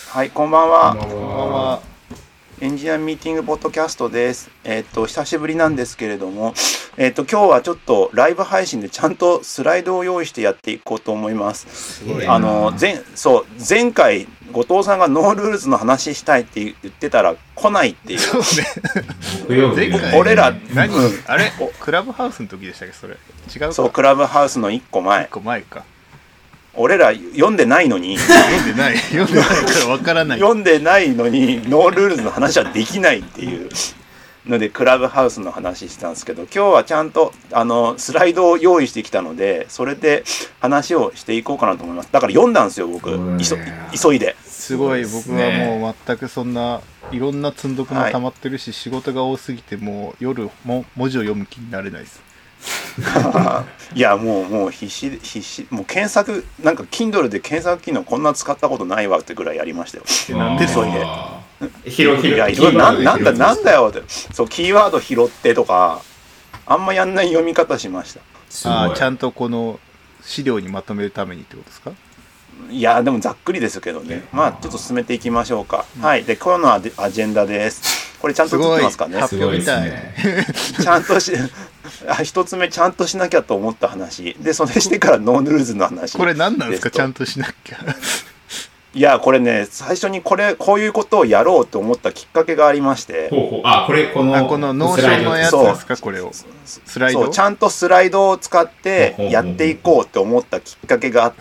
はい、こんばんは。 こんばんは。 エンジニアミーティングポッドキャストです。久しぶりなんですけれども、今日はちょっとライブ配信でちゃんとスライドを用意してやっていこうと思います。前回後藤さんがノールールズの話したいって言ってたら来ないっていう。 そうね。前回俺ら何、あれクラブハウスの時でしたっけそれ？違うか。 そう、クラブハウスの1個前。 1個前か。 俺ら読んでないのに読んでないからわからない。 読んでないのにノールールズの話はできないっていうのでクラブハウスの話したんですけど、今日はちゃんとスライドを用意してきたので、それで話をしていこうかなと思います。だから読んだんですよ僕、急いで。 すごい、僕はもう全くそんないろんな積んどくも溜まってるし、仕事が多すぎてもう夜も文字を読む気になれないです。 いやもう必死もう検索なんか Kindle で検索機能こんな使ったことないわってぐらいやりましたよ。 なんでそれでいやなんだよって、そうキーワード拾ってとかあんまやんない読み方しました。 ちゃんとこの資料にまとめるためにってことですか？ いやでもざっくりですけどね。まあちょっと進めていきましょうか。はい。で今日のアジェンダです。これちゃんと映ってますかね？ 発表みたい。 ちゃんと一つ目ちゃんとしなきゃと思った話で、それしてからノールールズの話。 これ何なんですか？ちゃんとしなきゃ。 いやこれね、最初にこういうことをやろうと思ったきっかけがありまして。 このノーションのやつですか？これをスライド。 そう、ちゃんとスライドを使ってやっていこうと思ったきっかけがあって。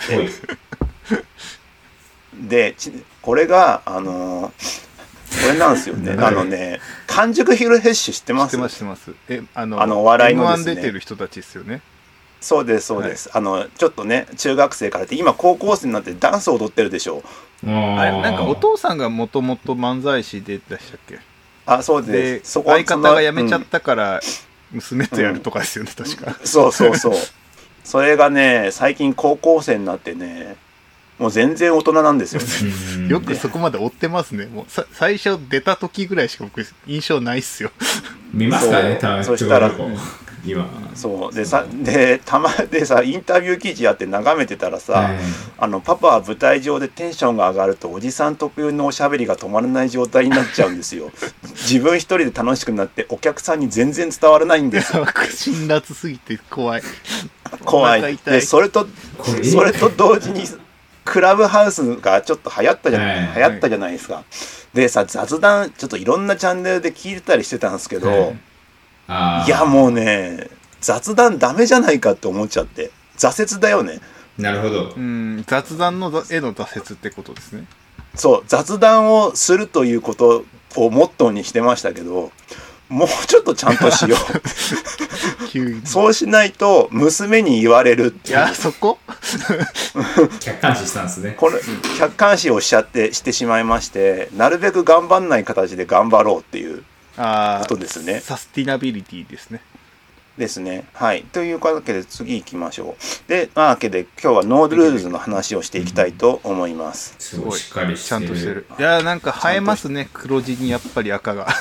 でこれがこれなんですよね。完熟ヒルヘッシュ知ってます？ 知ってます。 お笑いのですね。 M1 出てる人たちですよね。 そうです。はい、ちょっとね中学生からって今高校生になってダンス踊ってるでしょ。 あれなんかお父さんがもともと漫才師でしたっけ？ あ、そうです。 相方が辞めちゃったから娘とやるとかですよね、確か。 そう。それがね最近高校生になってね。もう全然大人なんですよね。 よくそこまで追ってますね。もう最初出た時ぐらいしか僕印象ないっすよ。 見ますかね、 そしたら今そうでたまでさインタビュー記事やって眺めてたらさ、パパは舞台上でテンションが上がるとおじさん特有のおしゃべりが止まらない状態になっちゃうんですよ。自分一人で楽しくなってお客さんに全然伝わらないんですよ。 辛辣すぎて怖い。 でそれと同時にクラブハウスがちょっと流行ったじゃないですか。でさ雑談ちょっといろんなチャンネルで聞いてたりしてたんですけど、いやもうね雑談ダメじゃないかって思っちゃって挫折だよね。 なるほど。 雑談のへの挫折ってことですね。 そう、雑談をするということをモットーにしてましたけど、もうちょっとちゃんとしよう。そうしないと娘に言われるっていう。 いやそこ客観視したんですね。 これ客観視をしてしまいまして、なるべく頑張んない形で頑張ろうっていうことですね。 サスティナビリティですね。 ですね。はい。というわけで次行きましょう。で、わけで今日はノールールズの話をしていきたいと思います。 すごいしっかりしてる。 ちゃんとしてる。いやなんか映えますね。黒地にやっぱり赤が。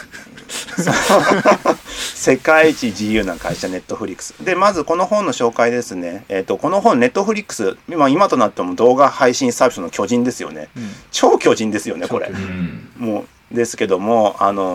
世界一自由な会社ネットフリックスで、まずこの本の紹介ですね。この本ネットフリックス今となっても動画配信サービスの巨人ですよね。超巨人ですよねこれ。もうですけども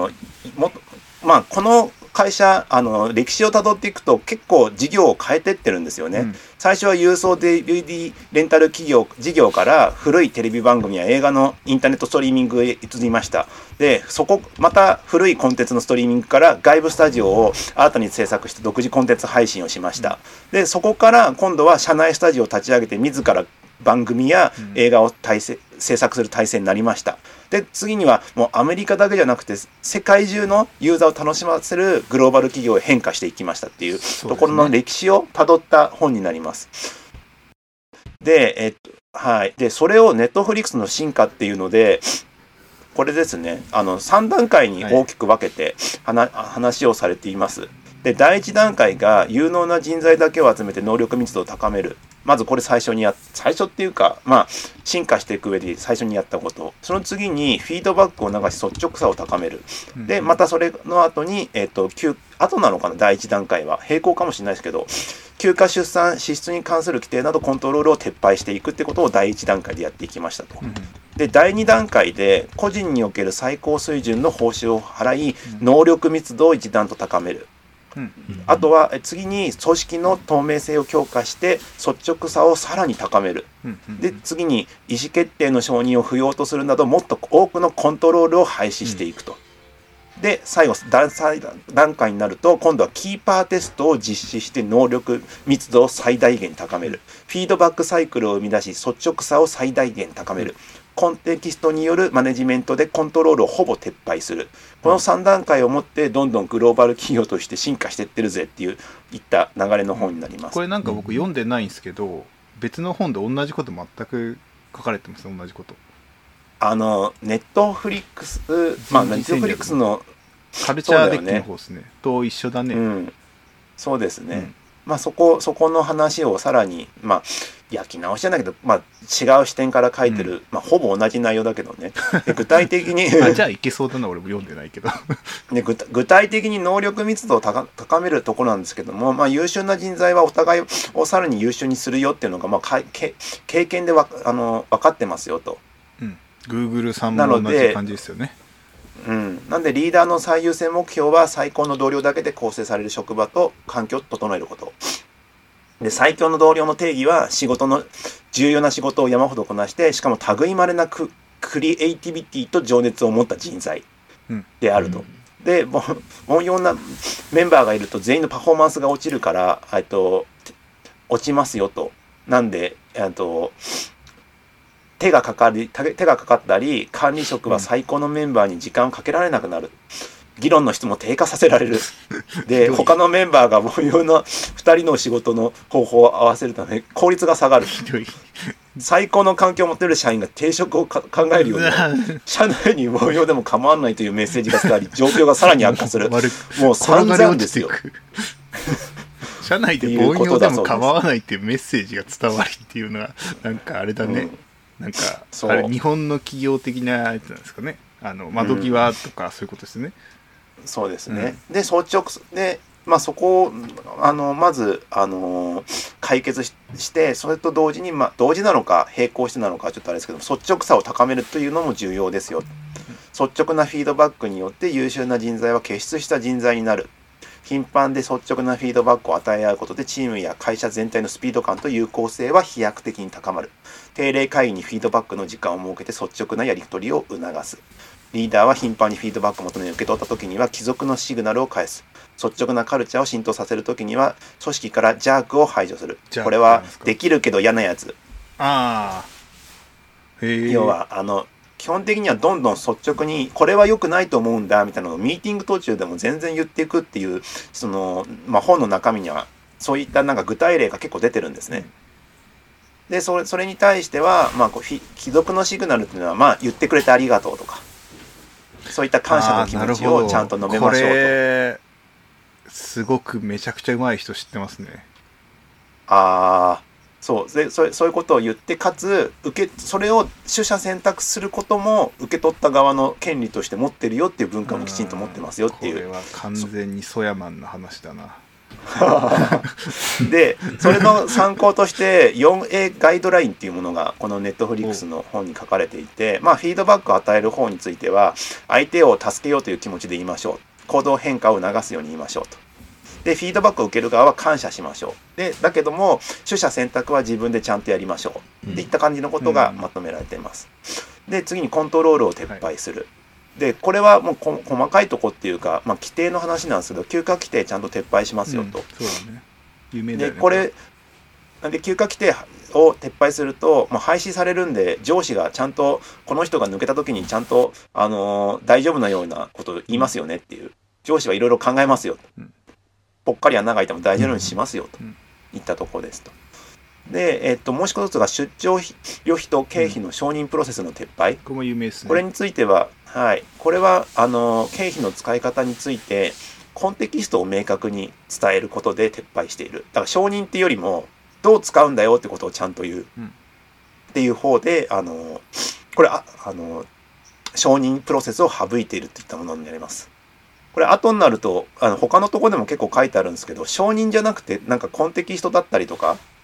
この会社歴史をたどっていくと結構事業を変えてってるんですよね。最初は郵送 DVD レンタル事業から古いテレビ番組や映画のインターネットストリーミングへ移りました。でまた古いコンテンツのストリーミングから外部スタジオを新たに制作して独自コンテンツ配信をしました。でそこから今度は社内スタジオを立ち上げて自ら番組や映画を制作する体制になりました。で次にはもうアメリカだけじゃなくて世界中のユーザーを楽しませるグローバル企業へ変化していきましたっていうところの歴史をたどった本になります。で、でそれをネットフリックスの進化っていうのでこれですね3段階に大きく分けて話をされています。で第1段階が有能な人材だけを集めて能力密度を高める。まずこれ最初っていうか進化していく上で最初にやったこと。その次にフィードバックを流し率直さを高める。でまたそれの後に後なのかな、第1段階は並行かもしれないですけど休暇出産支出に関する規定などコントロールを撤廃していくってことを第1段階でやっていきましたと。 で第2段階で個人における最高水準の報酬を払い、能力密度を一段と高める。あとは次に組織の透明性を強化して率直さをさらに高める。で次に意思決定の承認を不要とするなどもっと多くのコントロールを廃止していくと。で最後段階になると今度はキーパーテストを実施して能力密度を最大限高める。フィードバックサイクルを生み出し率直さを最大限高める。コンテキストによるマネジメントでコントロールをほぼ撤廃する。この3段階をもってどんどんグローバル企業として進化していってるぜっていういった流れの本になります。 これなんか僕読んでないんですけど、別の本で同じこと全く書かれてます。同じこと。 ネットフリックス、ネットフリックスのカルチャーデッキの方ですね。と一緒だね。 そうですね。そこの話をさらに焼き直しじゃないけど、違う視点から書いてる、ほぼ同じ内容だけどね。で具体的にじゃあいけそうだな。俺も読んでないけどで具体的に能力密度を高めるところなんですけども、優秀な人材はお互いをさらに優秀にするよっていうのが、経験で分かってますよと。 Google さんも同じ感じですよね。 なんでリーダーの最優先目標は最高の同僚だけで構成される職場と環境を整えること。で最強の同僚の定義は重要な仕事を山ほどこなしてしかも類いまれなクリエイティビティと情熱を持った人材であると。で凡庸なメンバーがいると全員のパフォーマンスが落ちるから落ちますよと。なんで手がかかったり管理職は最高のメンバーに時間をかけられなくなる。議論の質も低下させられる。で他のメンバーが凡庸な2人の仕事の方法を合わせるため効率が下がる。最高の環境を持っている社員が定職を考えるようになる。社内に凡庸でも構わないというメッセージが伝わり状況がさらに悪化する。もう散々ですよ。 社内で凡庸でも構わないっていうメッセージが伝わりっていうのはなんかあれだね。なんかあれ日本の企業的なやつなんですかね。窓際とかそういうことですね。 そうですね。で率直でそこをまず解決してそれと同時に同時なのか並行してなのかちょっとあれですけど率直さを高めるというのも重要ですよ。率直なフィードバックによって優秀な人材は傑出した人材になる。頻繁で率直なフィードバックを与え合うことでチームや会社全体のスピード感と有効性は飛躍的に高まる。定例会議にフィードバックの時間を設けて率直なやり取りを促す。リーダーは頻繁にフィードバックを求め受け取った時には帰属のシグナルを返す。率直なカルチャーを浸透させる時には組織からジャークを排除する。これはできるけど嫌なやつ。要は基本的にはどんどん率直にこれは良くないと思うんだみたいなのをミーティング途中でも全然言っていくっていう本の中身にはそういった具体例が結構出てるんですね。でそれに対しては帰属のシグナルっていうのは言ってくれてありがとうとかそういった感謝の気持ちをちゃんと述べましょうと。 これすごくめちゃくちゃ上手い人知ってますね。 そういうことを言ってかつそれを取捨選択することも受け取った側の権利として持ってるよっていう文化もきちんと持ってますよっていう。 これは完全にソヤマンの話だな。 でそれの参考として 4A ガイドラインっていうものがこのネットフリックスの本に書かれていてフィードバックを与える方については相手を助けようという気持ちで言いましょう。行動変化を促すように言いましょうと。でフィードバックを受ける側は感謝しましょう。でだけども取捨選択は自分でちゃんとやりましょうっていった感じのことがまとめられています。で次にコントロールを撤廃する。でこれはもう細かいとこっていうか、規定の話なんですけど休暇規定ちゃんと撤廃しますよと。 そうだね。有名だよね。 でこれで休暇規定を撤廃すると、廃止されるんで上司がちゃんとこの人が抜けた時にちゃんと、大丈夫なようなことを言いますよねっていう。上司はいろいろ考えますよと。ぽっかり穴が開いても大丈夫にしますよといったところですと。で、もう一つが出張旅費と経費の承認プロセスの撤廃。 これも有名ですね。 これについては、これは経費の使い方についてコンテキストを明確に伝えることで撤廃している。だから承認っていうよりもどう使うんだよってことをちゃんと言うっていう方で、これ承認プロセスを省いているといったものになります。これ後になると他のところでも結構書いてあるんですけど承認じゃなくてコンテキストだったりとか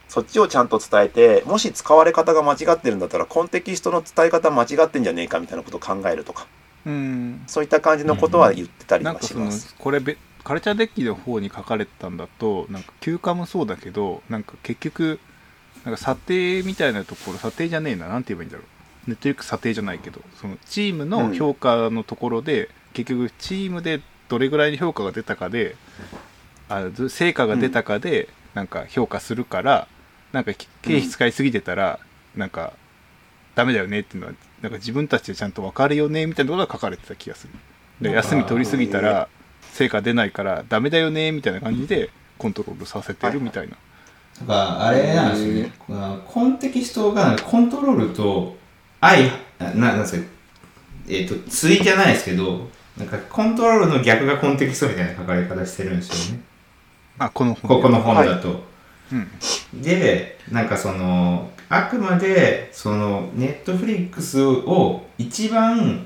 そっちをちゃんと伝えて、もし使われ方が間違ってるんだったらコンテキストの伝え方間違ってんじゃねえかみたいなことを考えるとか、そういった感じのことは言ってたりはします。 これカルチャーデッキの方に書かれてたんだと、なんか休暇もそうだけど、なんか結局なんか査定みたいなところ、査定じゃねえな、なんて言えばいいんだろう、ネットリック査定じゃないけど、そのチームの評価のところで、結局チームでどれぐらいの評価が出たかで、成果が出たかでなんか評価するから、なんか経費使いすぎてたらなんかダメだよねっていうのは、なんか自分たちでちゃんと分かるよねみたいなことが書かれてた気がする。で、休み取りすぎたら成果出ないからダメだよねみたいな感じでコントロールさせてるみたいな。 なんかあれなんですよね。コンテキストがコントロールとなんですか、対じゃないですけど、なんかコントロールの逆がコンテキストみたいな書かれ方してるんですよね。 この本だと。で、なんかあくまでネットフリックスを一番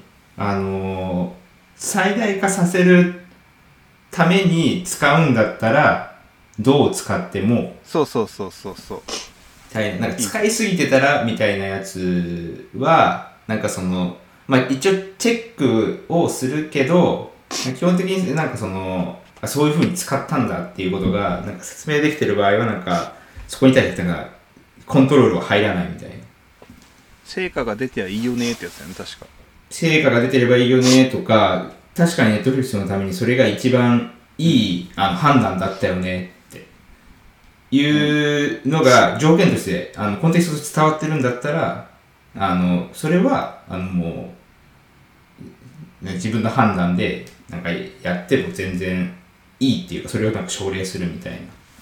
最大化させるために使うんだったらどう使っても、 そうなんか使いすぎてたらみたいなやつはなんかまあ一応チェックをするけど、基本的になんかそういう風に使ったんだっていうことがなんか説明できてる場合は、なんかそこに対してなんかコントロールは入らないみたいな。 成果が出てはいいよねってやつだよね、確か。 成果が出てればいいよねとか、確かにネットフリックスのためにそれが一番いい判断だったよねっていうのが条件としてコンテキストとして伝わってるんだったら、それはもう自分の判断でなんかやっても全然いいっていうか、それをなんか奨励するみたいな。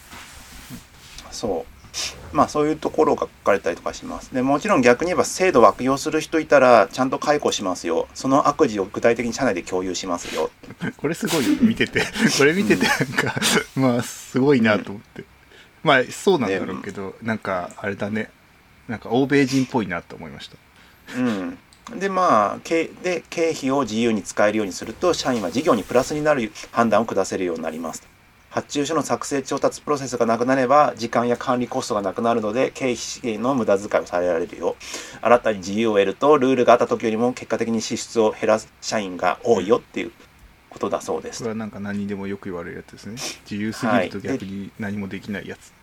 まあそういうところが書かれたりとかします。でもちろん逆に言えば制度を悪用する人いたらちゃんと解雇しますよ、その悪事を具体的に社内で共有しますよ。 これすごいよね、見ててこれ見ててなんか、まあすごいなと思って、まあそうなんだろうけど、なんかあれだね、なんか欧米人っぽいなと思いました。 でまあ経費を自由に使えるようにすると社員は事業にプラスになる判断を下せるようになります。発注書の作成調達プロセスがなくなれば時間や管理コストがなくなるので経費の無駄遣いをされられるよ。新たに自由を得るとルールがあった時よりも結果的に支出を減らす社員が多いよっていうことだそうです。 これはなんか何にでもよく言われるやつですね。自由すぎると逆に何もできないやつ。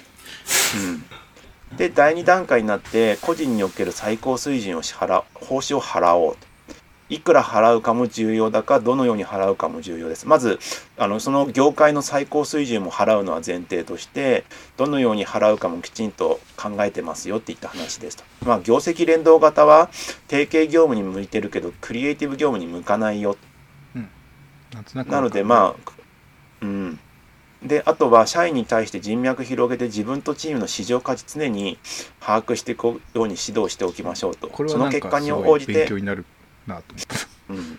で第2段階になって個人における最高水準を報酬を払おうと。いくら払うかも重要だか、どのように払うかも重要です。まずその業界の最高水準も払うのは前提として、どのように払うかもきちんと考えてますよっていった話ですと。まあ業績連動型は定型業務に向いてるけどクリエイティブ業務に向かないよ。なのでまあであとは社員に対して人脈広げて自分とチームの市場価値常に把握していくように指導しておきましょうと。 これはなんかすごい勉強になるなと思った。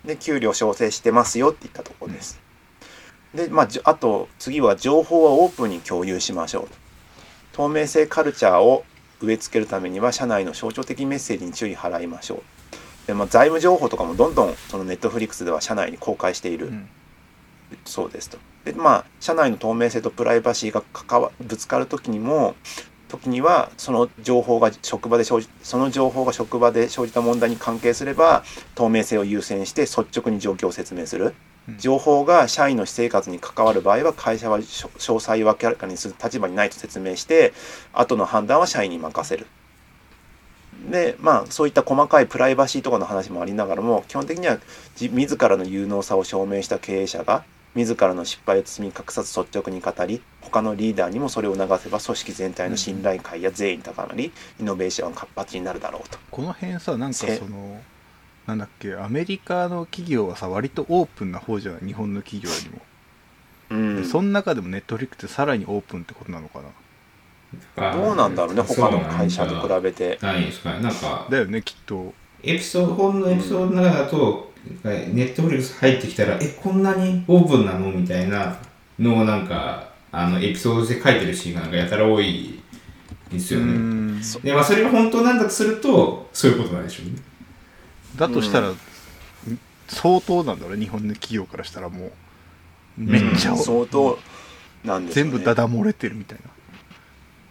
で給料調整してますよっていったところです。であと次は情報はオープンに共有しましょう。透明性カルチャーを植え付けるためには社内の象徴的メッセージに注意払いましょう。で、財務情報とかもどんどんそのネットフリックスでは社内に公開している、そうですと。で社内の透明性とプライバシーがぶつかる時にはその情報が職場で生じた問題に関係すれば透明性を優先して率直に状況を説明する。情報が社員の私生活に関わる場合は会社は詳細を明らかにする立場にないと説明して、後の判断は社員に任せる。でそういった細かいプライバシーとかの話もありながらも、基本的には自らの有能さを証明した経営者が自らの失敗を包み隠さず率直に語り、他のリーダーにもそれを促せば組織全体の信頼感や善意高まり、イノベーションが活発になるだろうと。 この辺さ、なんかなんだっけ、アメリカの企業はさ割とオープンな方じゃない、日本の企業よりも。その中でもネットフリックスってさらにオープンってことなのかな。どうなんだろうね、他の会社と比べて。 ないですかね、なんかだよね、きっと。 本のエピソードの中だと、ネットフリックス入ってきたらこんなにオープンなのみたいなのをなんかエピソードで書いてるシーンがなんかやたら多いですよね。でそれが本当なんだとするとそういうことなんでしょうね。 だとしたら相当なんだろう、日本の企業からしたらもうめっちゃ相当なんですよね。 全部ダダ漏れてるみたいな。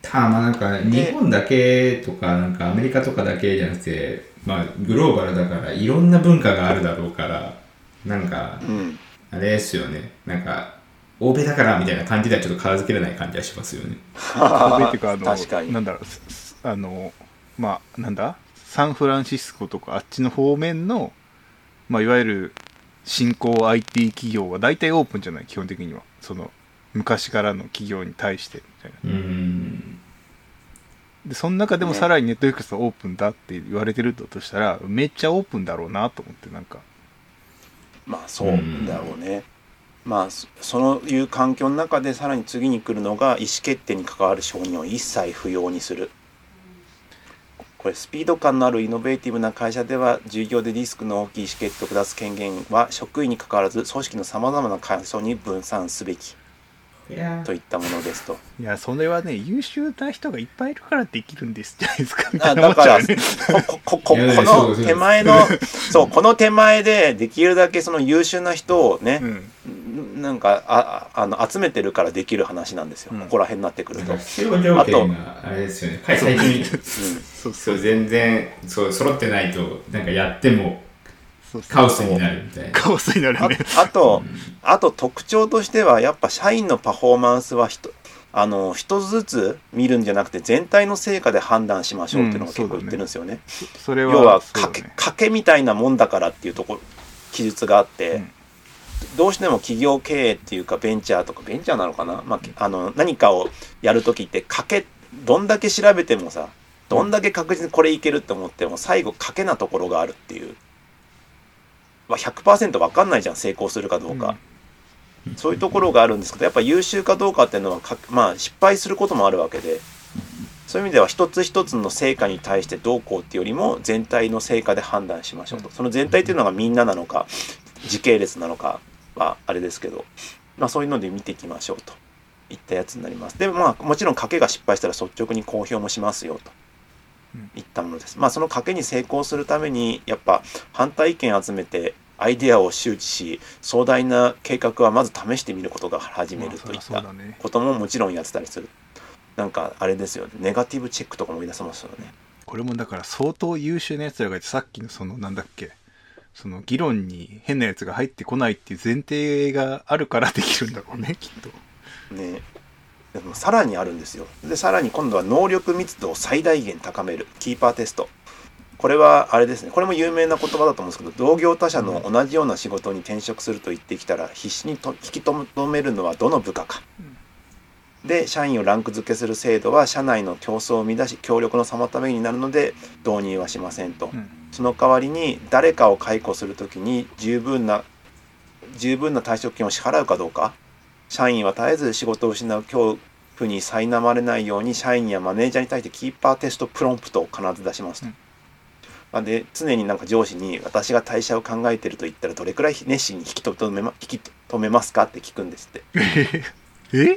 まあなんか日本だけとかなんかアメリカとかだけじゃなくて、まあグローバルだからいろんな文化があるだろうから、なんかあれですよね、なんか欧米だからみたいな感じではちょっと片付けられない感じはしますよね。 欧米っていうか確かになんだろう、まあなんだサンフランシスコとかあっちの方面の、まあ、いわゆる新興 IT 企業は大体オープンじゃない、基本的にはその昔からの企業に対してみたいな。でその中でもさらにネットフリックスはオープンだって言われてるとしたら、めっちゃオープンだろうなと思って、なんかまあそうだろうね。まあそういう環境の中でさらに次に来るのが意思決定に関わる承認を一切不要にする。これスピード感のあるイノベーティブな会社では従業でリスクの大きい意思決定を下す権限は職員に関わらず組織のさまざまな階層に分散すべきといったものですと。 いやそれはね、優秀な人がいっぱいいるからできるんですじゃないですかみたいな思っちゃうよね。 この手前のそうこの手前でできるだけその優秀な人をね、なんか集めてるからできる話なんですよ、ここら辺になってくると。 必要条件があれですよね、最初にそう全然そう揃ってないとなんかやってもカオスになるみたいな。 カオスになるね。 あと特徴としてはやっぱ社員のパフォーマンスは一つずつ見るんじゃなくて全体の成果で判断しましょうっていうのが結構言ってるんですよね。 それは要は賭けみたいなもんだからっていうところ記述があって、どうしても企業経営っていうかベンチャーなのかな、まあ、何かをやるときってどんだけ調べてもさ、どんだけ確実にこれいけるって思っても最後賭けなところがあるっていう、100% 分かんないじゃん、成功するかどうか、そういうところがあるんですけど、やっぱ優秀かどうかっていうのはまあ失敗することもあるわけで、そういう意味では一つ一つの成果に対してどうこうっていうよりも全体の成果で判断しましょうと。その全体っていうのがみんななのか時系列なのかはあれですけど、まあそういうので見ていきましょうといったやつになります。でまあもちろん賭けが失敗したら率直に公表もしますよといったものです。まあその賭けに成功するためにやっぱ反対意見集めてアイデアを周知し、壮大な計画はまず試してみることが始めるといったことももちろんやってたりする。なんかあれですよね、ネガティブチェックとか思い出せますよね。 これもだから相当優秀なやつらがいて、さっきのそのなんだっけ、その議論に変なやつが入ってこないっていう前提があるからできるんだろうね、きっとね。でもさらにあるんですよ。でさらに今度は能力密度を最大限高めるキーパーテスト。これはあれですね、これも有名な言葉だと思うんですけど、同業他社の同じような仕事に転職すると言ってきたら必死に引き止めるのはどの部下か、で社員をランク付けする制度は社内の競争を生み出し協力の妨げになるので導入はしませんと、その代わりに誰かを解雇するときに十分な退職金を支払うかどうか、社員は絶えず仕事を失う恐怖に苛まれないように社員やマネージャーに対してキーパーテストプロンプトを必ず出しますと。で常になんか上司に私が退社を考えていると言ったらどれくらい熱心に引き止めますかって聞くんですって。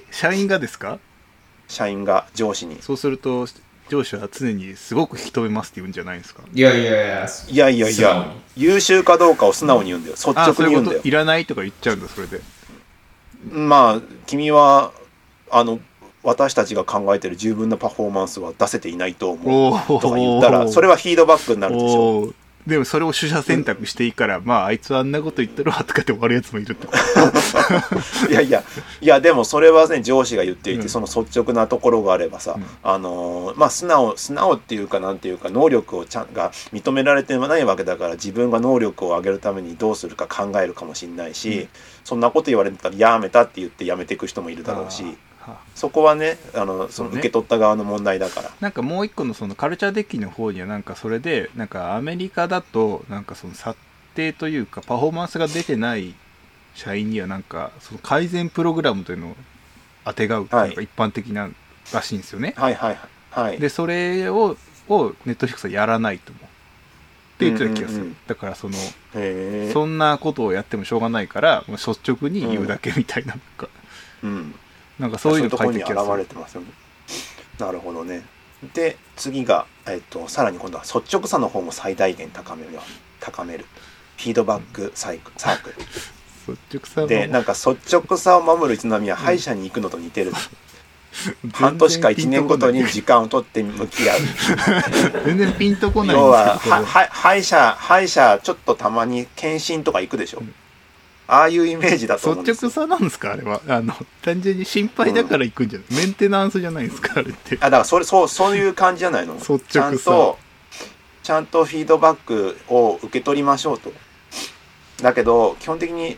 社員がですか？ 社員が上司に。 そうすると上司は常にすごく引き止めますって言うんじゃないですか？ いや優秀かどうかを素直に言うんだよ、率直に言うんだよ。 そういうこといらないとか言っちゃうんだ。それでまあ君は私たちが考えている十分なパフォーマンスは出せていないと思うとか言ったら、それはフィードバックになるでしょ。 でもそれを取捨選択していいから、まああいつはあんなこと言ってるわとかって終わるやつもいるってこといやでもそれはね上司が言っていて、その率直なところがあればさ、まあ素直っていうかなんていうか能力をが認められてないわけだから、自分が能力を上げるためにどうするか考えるかもしれないし、そんなこと言われたらやめたって言ってやめていく人もいるだろうし、そこはねその受け取った側の問題だから。 なんかもう一個のそのカルチャーデッキの方にはなんかそれでなんかアメリカだとなんかその査定というかパフォーマンスが出てない社員にはなんかその改善プログラムというのをあてがうっていうのが一般的ならしいんですよね。でそれをネットフリックスはやらないと思うって言ってた気がする。だからそんなことをやってもしょうがないからもう率直に言うだけみたいな、なんかそういうの書いてる気がする。 そういうところに現れてますよね。なるほどね。で次が、さらに今度は率直さの方も最大限高めるフィードバックサークル率直さで、なんか率直さを守る営みは歯医者に行くのと似てる。 半年か1年ごとに時間を取って向き合う全然ピンとこないん要ですけど、 は歯医者ちょっとたまに検診とか行くでしょ、ああいうイメージだと思うんですよ。 率直さなんですかあれは。単純に心配だから行くんじゃない、メンテナンスじゃないですかあれって。 だからそういう感じじゃないの。 率直さちゃんとフィードバックを受け取りましょうと。だけど基本的に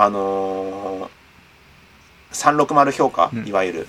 360評価、いわゆる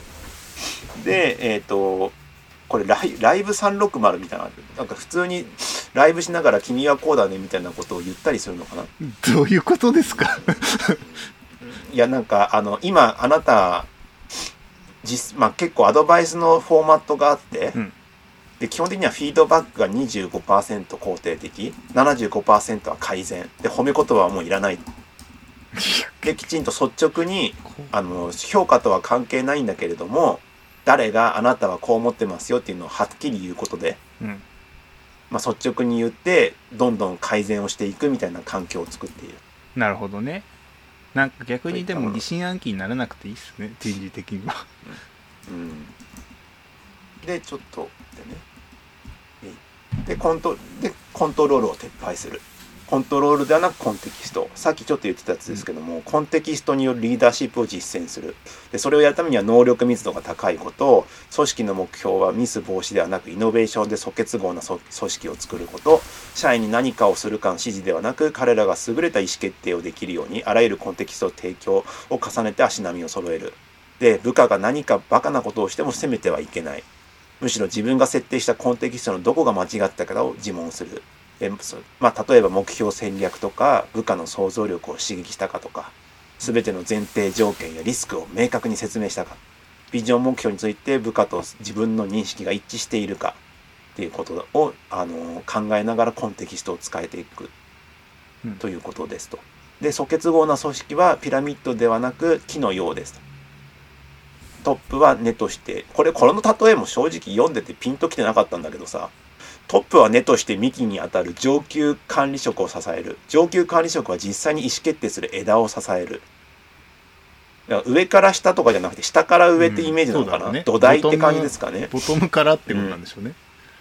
でこれライブ360みたいな、なんか普通にライブしながら君はこうだねみたいなことを言ったりするのかな。 どういうことですかいやなんか今あなた結構アドバイスのフォーマットがあって、で基本的にはフィードバックが 25% 肯定的 75% は改善で、褒め言葉はもういらないで、きちんと率直に評価とは関係ないんだけれども、誰があなたはこう思ってますよっていうのをはっきり言うことで、率直に言ってどんどん改善をしていくみたいな環境を作っている。 なるほどね。なんか逆にでも疑心暗鬼にならなくていいっすね、人事的には。 でちょっとでコントロールを撤廃する。コントロールではなくコンテキスト、さっきちょっと言ってたやつですけども、コンテキストによるリーダーシップを実践する。でそれをやるためには能力密度が高いこと、組織の目標はミス防止ではなくイノベーションで即結合な組織を作ること、社員に何かをするかの指示ではなく彼らが優れた意思決定をできるようにあらゆるコンテキスト提供を重ねて足並みを揃える。で部下が何かバカなことをしても責めてはいけない。むしろ自分が設定したコンテキストのどこが間違ったかを自問する。例えば目標戦略とか部下の想像力を刺激したかとか、全ての前提条件やリスクを明確に説明したか、ビジョン目標について部下と自分の認識が一致しているかっていうことを考えながらコンテキストを使えていくということですと。で素結合な組織はピラミッドではなく木のようですと。トップは根として、この例えも正直読んでてピンときてなかったんだけどさ、トップは根として幹にあたる上級管理職を支える。上級管理職は実際に意思決定する枝を支える。だから上から下とかじゃなくて下から上ってイメージなのかな、土台って感じですかね。 ボトムからってことなんでしょうね。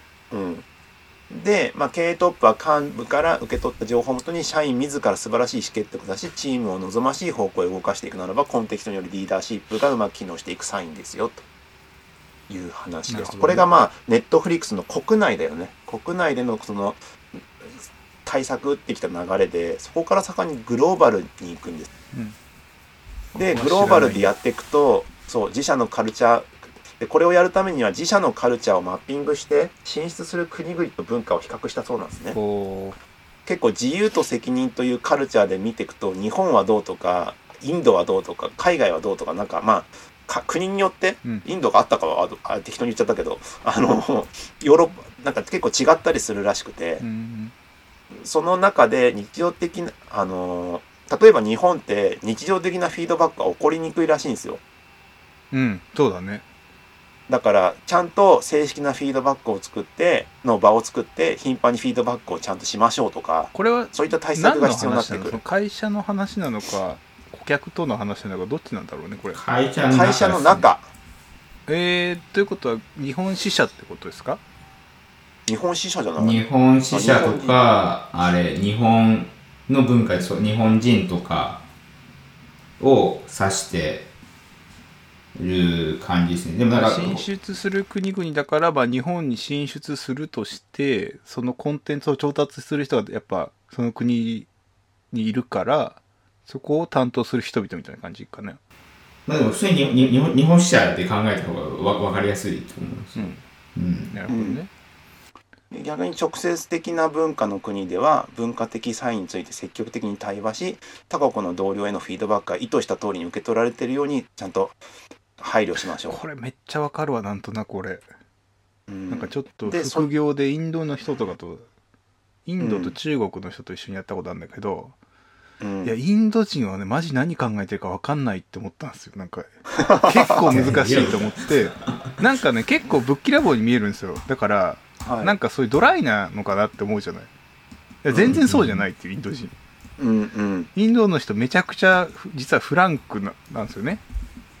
で、経営トップは幹部から受け取った情報をもとに社員自ら素晴らしい意思決定を下し、チームを望ましい方向へ動かしていくならば、コンテキストによるリーダーシップがうまく機能していくサインですよという話です。これがネットフリックスの国内だよね。国内でのその対策ってきた流れで、そこから盛んにグローバルに行くんです。でグローバルでやっていくと、自社のカルチャーで、これをやるためには自社のカルチャーをマッピングして進出する国々と文化を比較したそうなんですね。結構自由と責任というカルチャーで見ていくと、日本はどうとかインドはどうとか海外はどうとか、なんか国によって、インドがあったかは適当に言っちゃったけど、ヨーロッパなんか結構違ったりするらしくて、その中で日常的な例えば日本って日常的なフィードバックが起こりにくいらしいんですよ。 そうだね。 だからちゃんと正式なフィードバックを作っての場を作って頻繁にフィードバックをちゃんとしましょうとか、 これはそういった対策が必要になってくる。 会社の話なのか顧客との話なのかどっちなんだろうねこれ。 会社の中。 ということは日本支社ってことですか？ 日本支社じゃない？ 日本支社とか日本の文化で日本人とかを指してる感じですね。でも進出する国々だから、日本に進出するとしてそのコンテンツを調達する人がやっぱその国にいるから、そこを担当する人々みたいな感じかね。 でも普通に日本支社で考えた方が分かりやすいと思うんですよ。 なるほどね。 逆に直接的な文化の国では文化的差異について積極的に対話し、他国の同僚へのフィードバックが意図した通りに受け取られているようにちゃんと配慮しましょう。 これめっちゃわかるわ、なんとなく俺、なんかちょっと副業でインドの人とかとインドと中国の人と一緒にやったことあるんだけど、いやインド人はねマジ何考えてるか分かんないって思ったんですよ。なんか結構難しいと思ってなんかね結構ぶっきらぼうに見えるんですよ。だから、なんかそういうドライなのかなって思うじゃない。いや全然そうじゃないっていうインド人、インドの人めちゃくちゃ実はフランクなんですよね。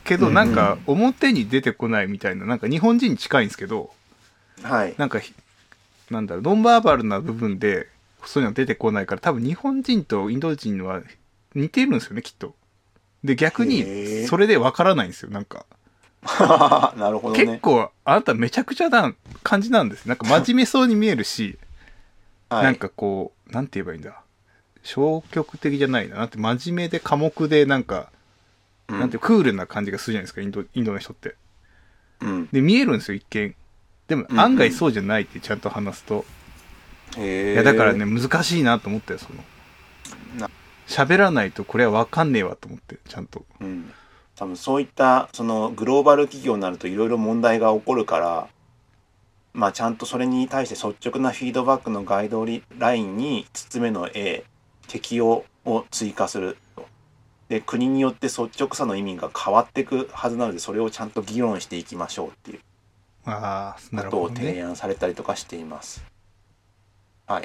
けどなんか表に出てこないみたいな、なんか日本人に近いんですけど、 はい、 なんかなんだろう、ノンバーバルな部分でそういうの出てこないから、多分日本人とインド人は似てるんですよね、きっと。で逆にそれでわからないんですよ、なんか。 なるほどね。 結構あなためちゃくちゃな感じなんです。なんか真面目そうに見えるし、はい、なんかこうなんて言えばいいんだ、消極的じゃないな、なんて真面目で寡黙でなんか、なんてクールな感じがするじゃないですか、インドの人って。で見えるんですよ一見。でも案外そうじゃないってちゃんと話すと、いやだからね難しいなと思ったよ、その喋らないとこれは分かんねえわと思ってちゃんと。 多分そういったそのグローバル企業になるといろいろ問題が起こるから、まあちゃんとそれに対して率直なフィードバックのガイドラインに5つ目の A 適用を追加すると。で国によって率直さの意味が変わっていくはずなので、それをちゃんと議論していきましょうっていうことを提案されたりとかしています。はい。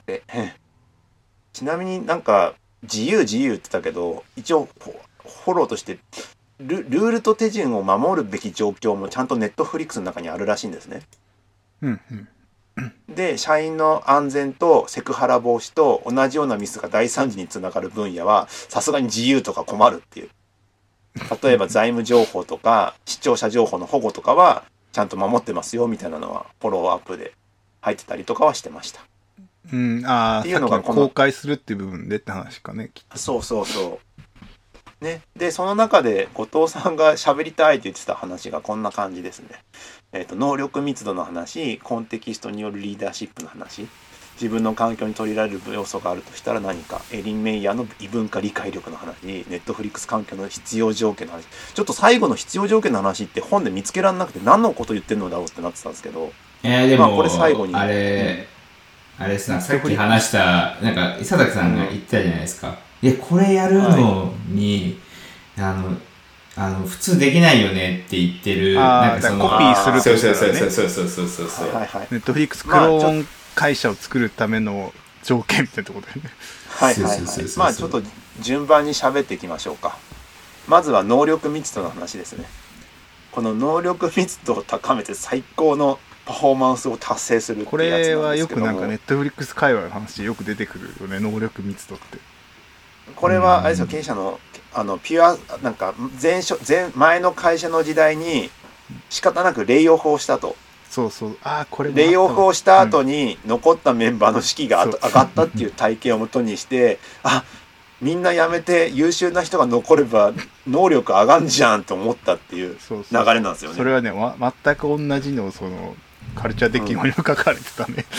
ちなみになんか自由って言ってたけど、一応フォローとしてルールと手順を守るべき状況もちゃんとネットフリックスの中にあるらしいんですね。で社員の安全とセクハラ防止と同じようなミスが大惨事につながる分野はさすがに自由とか困るっていう。例えば財務情報とか視聴者情報の保護とかはちゃんと守ってますよみたいなのはフォローアップで入ってたりとかはしてました。 っていうのが公開するっていう部分でって話かね、きっと。 そうね。でその中で後藤さんが喋りたいと言ってた話がこんな感じですね。能力密度の話、コンテキストによるリーダーシップの話、自分の環境に取り入れられる要素があるとしたら何か、エリン・メイヤーの異文化理解力の話、ネットフリックス環境の必要条件の話。ちょっと最後の必要条件の話って本で見つけられなくて何のこと言ってんのだろうってなってたんですけど、 でも、 これ最後にあれさっき話したなんか伊佐崎さんが言ったじゃないですか。これやるのに、普通できないよねって言ってる、なんかそのコピーするってことだよね。 そうネットフリックスクローン会社を作るための条件みたいなところだよね。 まあちょっと順番に喋っていきましょうか。まずは能力密度の話ですね。この能力密度を高めて最高のパフォーマンスを達成するってやつなんですけども、 これはよくなんかネットフリックス界隈の話でよく出てくるよね、能力密度って。 これはあれですよ、経営者のピュアなんか前の会社の時代に仕方なくレイオフをしたと。 これレイオフをした後に残ったメンバーの士気が上がったっていう体験をもとにしてみんな辞めて優秀な人が残れば能力上がんじゃんと思ったっていう流れなんですよね。 それはね、全く同じのそのカルチャー的にも書かれてたね。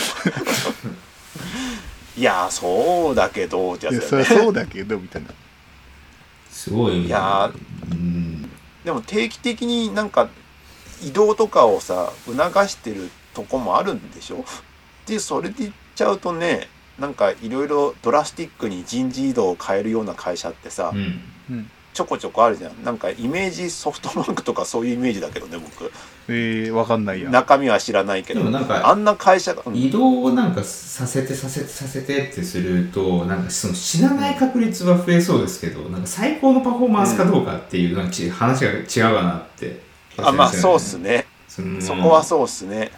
いやそうだけどってやつだよね。 そうだけどみたいな。 すごい。 いやでも定期的になんか移動とかをさ促してるとこもあるんでしょ。でそれで言っちゃうとね、なんかいろいろドラスティックに人事異動を変えるような会社ってさ、ちょこちょこあるじゃん。なんかイメージソフトバンクとかそういうイメージだけどね、僕。 わかんないや。 中身は知らないけど、 でもなんかあんな会社が、 移動をなんかさせてってすると、なんかその死なない確率は増えそうですけど、なんか最高のパフォーマンスかどうかっていうなんか話が違うかなって。 まあそうっすね。そこはそうっすね。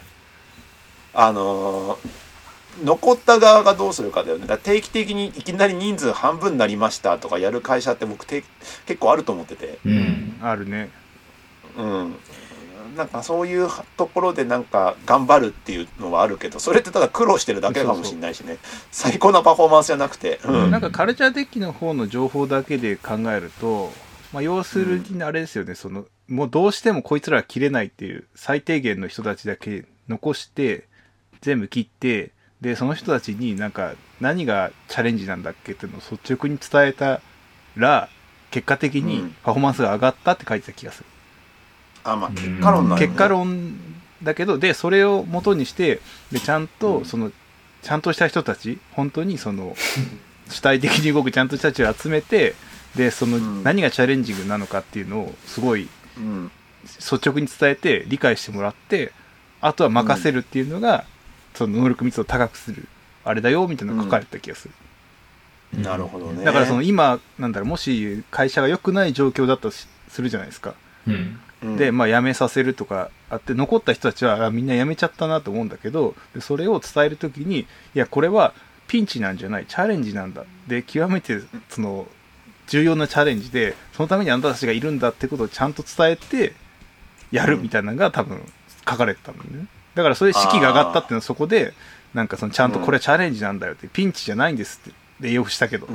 残った側がどうするかだよね。だから定期的にいきなり人数半分になりましたとかやる会社って僕結構あると思ってて。 あるね。 なんかそういうところでなんか頑張るっていうのはあるけど、それってただ苦労してるだけかもしれないしね。最高なパフォーマンスじゃなくて、 なんかカルチャー的の方の情報だけで考えると、要するにあれですよね、そのもうどうしてもこいつらは切れないっていう最低限の人たちだけ残して全部切って、でその人たちになんか何がチャレンジなんだっけっていうのを率直に伝えたら結果的にパフォーマンスが上がったって書いてた気がする。 結果論なんだね。 結果論だけど、でそれを元にしてでちゃんとそのちゃんとした人たち、本当にその主体的に動くちゃんとした人たちを集めて、でその何がチャレンジングなのかっていうのをすごい率直に伝えて理解してもらって、あとは任せるっていうのが、その能力密度を高くするあれだよみたいなのが書かれてた気がする。 なるほどね。 だからその今なんだろう、もし会社が良くない状況だとするじゃないですか。 で、まあ、辞めさせるとかあって、残った人たちはみんな辞めちゃったなと思うんだけど、でそれを伝えるときに、いやこれはピンチなんじゃない、チャレンジなんだ、で極めてその重要なチャレンジで、そのためにあなたたちがいるんだってことをちゃんと伝えてやるみたいなのが多分書かれてたんだよね。だからそれ士気が上がったっていうのはそこで、なんかそのちゃんとこれはチャレンジなんだよって、ピンチじゃないんですって、レイオフしたけどって、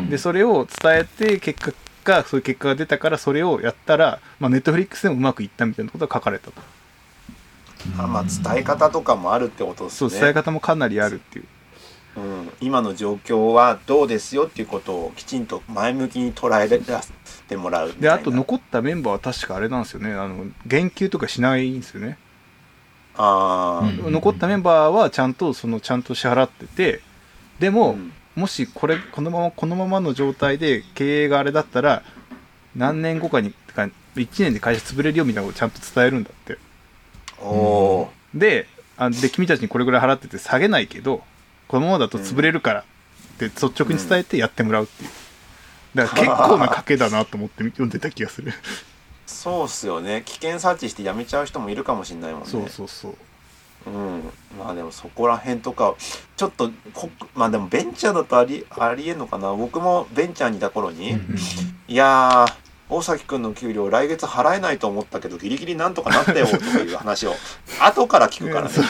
でそれを伝えてそういう結果が出たから、それをやったら、まあ、ネットフリックスでもうまくいったみたいなことが書かれたと。 まあ伝え方とかもあるってことですね。 そう、伝え方もかなりあるっていう、 今の状況はどうですよっていうことをきちんと前向きに捉えてもらうみたいな。 であと残ったメンバーは確かあれなんですよね、言及とかしないんですよね。残ったメンバーはちゃんと支払ってて、でも、もしこのままの状態で経営があれだったら、何年後かに1年で会社潰れるよみたいなことをちゃんと伝えるんだって。で君たちにこれぐらい払ってて下げないけど、このままだと潰れるからって率直に伝えてやってもらうっていう。だから結構な賭けだなと思って読んでた気がする。 そうっすよね。危険察知してやめちゃう人もいるかもしれないもんね。 そう。 まあでもそこら辺とかちょっとまあでもベンチャーだとありえんのかな。僕もベンチャーにいた頃にいやー大崎くんの給料来月払えないと思ったけどギリギリなんとかなったよとかいう話を後から聞くからね。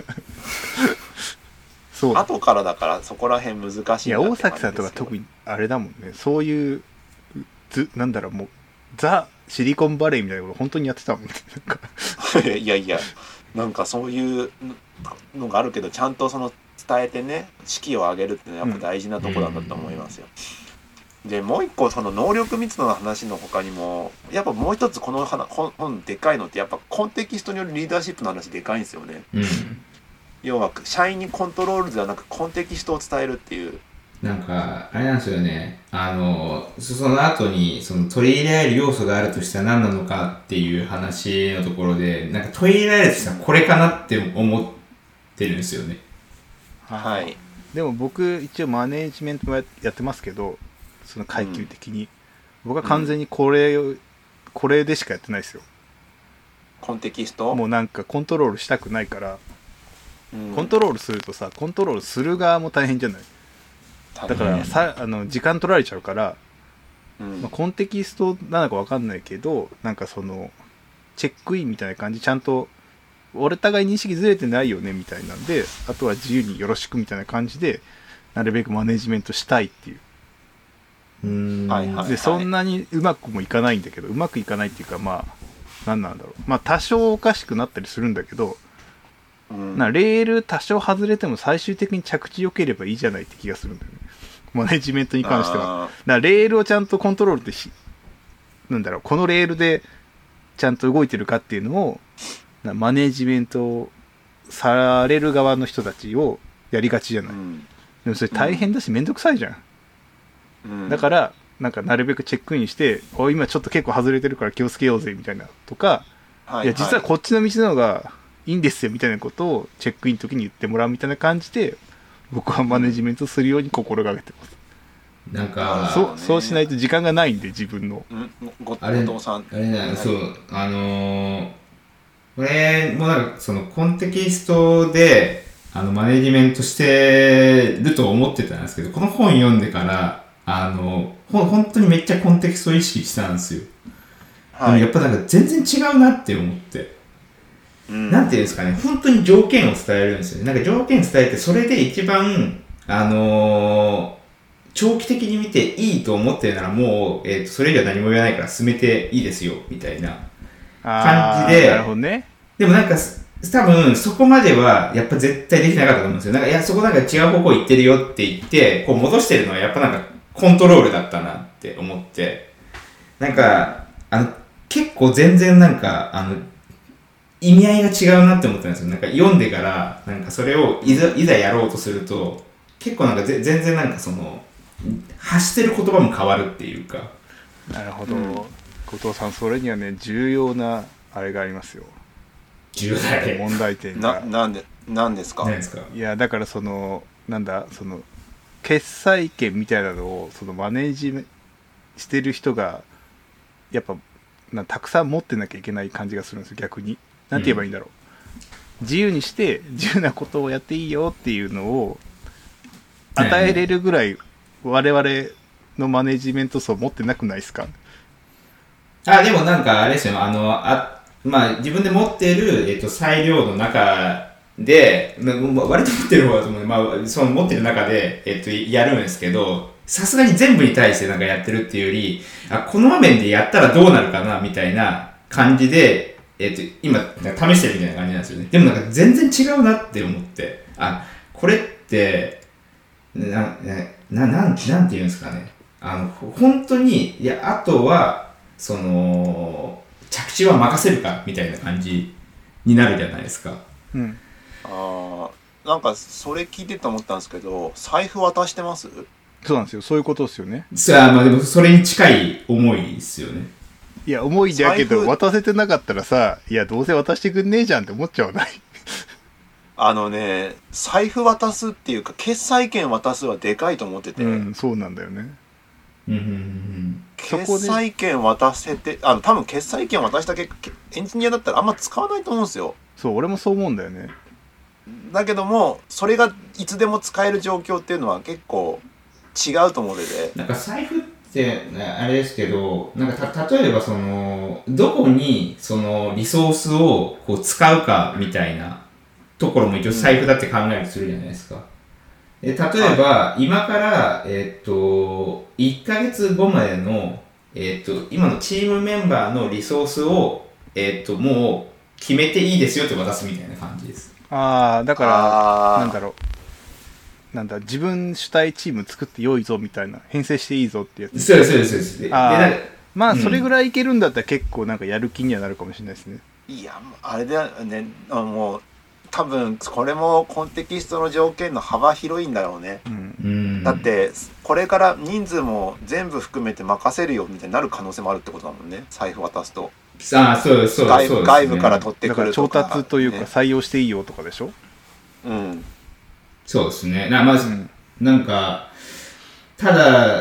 そう後からだからそこら辺難しい。 いや大崎さんとか特にあれだもんね、そういうなんだろう、もうザ・シリコンバレーみたいなこと本当にやってたもんね。 いやなんかそういうのがあるけど、ちゃんとその伝えてね士気を上げるっていうのはやっぱ大事なところだと思いますよ。でもう一個その能力密度の話の他にもやっぱもう一つこの本でかいのって、やっぱコンテキストによるリーダーシップの話でかいんですよね。要は社員にコントロールではなくコンテキストを伝えるっていう。 なんかあれなんですよね、その後にその取り入れられる要素があるとしたら何なのかっていう話のところで、なんか取り入れられるとしたらこれかなって思ってるんですよね。 はい。 でも僕一応マネージメントもやってますけど、その階級的に、僕は完全にこれでしかやってないですよ。 コンテキストもうなんかコントロールしたくないから、コントロールするとさ、コントロールする側も大変じゃない。だから時間取られちゃうから、コンテキストなのか分かんないけど、なんかそのチェックインみたいな感じ、ちゃんと俺互い認識ずれてないよねみたいなんで、あとは自由によろしくみたいな感じでなるべくマネジメントしたいっていう。でそんなにうまくもいかないんだけど、うまくいかないっていうか、まあ何なんだろう、まあ多少おかしくなったりするんだけど、レール多少外れても最終的に着地良ければいいじゃないって気がするんだよね、マネジメントに関しては。だからレールをちゃんとコントロールってなんだろう、このレールでちゃんと動いてるかっていうのをマネジメントされる側の人たちをやりがちじゃない。でもそれ大変だしめんどくさいじゃん。だからなんかなるべくチェックインして、今ちょっと結構外れてるから気をつけようぜみたいなとか、いや実はこっちの道の方がいいんですよみたいなことをチェックインの時に言ってもらうみたいな感じで、僕はマネジメントするように心がけてます。 なんかそうしないと時間がないんで、自分の後藤さんあれだよ、そうこれもなんかそのコンテキストでマネジメントしてると思ってたんですけど、この本読んでから本当にめっちゃコンテキストを意識したんですよ。でもやっぱなんか全然違うなって思って、なんていうんですかね、本当に条件を伝えるんですよね。なんか条件伝えて、それで一番長期的に見ていいと思ってるならもう、それ以上何も言わないから進めていいですよみたいな感じで。 なるほどね。 でもなんか多分そこまではやっぱ絶対できなかったと思うんですよ。なんかいやそこなんか違う方向行ってるよって言ってこう戻してるのはやっぱなんかコントロールだったなって思って、なんか結構全然なんか意味合いが違うなって思ったんですよ。なんか読んでからなんかそれをいざやろうとすると結構なんか全然なんかその発してる言葉も変わるっていうか。 なるほど、後藤さん、それにはね重要なあれがありますよ。 重要な問題点がなんですか。 いやだからその決済権みたいなのをそのマネージしてる人がやっぱたくさん持ってなきゃいけない感じがするんですよ。逆になんて言えばいいんだろう、自由にして自由なことをやっていいよっていうのを与えれるぐらい我々のマネジメント層持ってなくないですか？ でもなんかあれですよ、まあ自分で持っている、裁量の中で、割と持ってる方だと思うので、まあその持ってる中で、やるんですけど、さすがに全部に対してなんかやってるっていうより、この場面でやったらどうなるかなみたいな感じで、今試してるみたいな感じなんですよね。でもなんか全然違うなって思って、これってなんて言うんですかね。本当に、いや、あとは、着地は任せるかみたいな感じになるじゃないですか。 うん。 なんかそれ聞いてて思ったんですけど、財布渡してます？ そうなんですよ。そういうことですよね。 まあでもそれに近い思いですよね。 いや、思いだけど、渡せてなかったらさ、いや、どうせ渡してくんねえじゃんって思っちゃわない？ 財布渡すっていうか、決済権渡すはでかいと思ってて。 そうなんだよね。 決済権渡せて、多分決済権渡した結果、エンジニアだったらあんま使わないと思うんですよ。 そう、俺もそう思うんだよね。 だけども、それがいつでも使える状況っていうのは結構違うと思うので。 なんか財布ってあれですけど、なんか例えばどこにそのリソースをこう使うかみたいなところも一応財布だって考えるとするじゃないですか。例えば、今から、1ヶ月後までの、今のチームメンバーのリソースを、もう決めていいですよって渡すみたいな感じです。 だからなんだろう、自分主体チーム作って良いぞみたいな、編成していいぞってやつ。 そうですまあそれぐらいいけるんだったら結構なんかやる気にはなるかもしれないですね。 いや、あれだよね、もう多分これもコンテキストの条件の幅広いんだろうね。だってこれから人数も全部含めて任せるよみたいになる可能性もあるってことだもんね、財布渡すと。 そうですね。 外部から取ってくるとか、 だから調達というか採用していいよとかでしょ。 そうですね。まず、なんかただ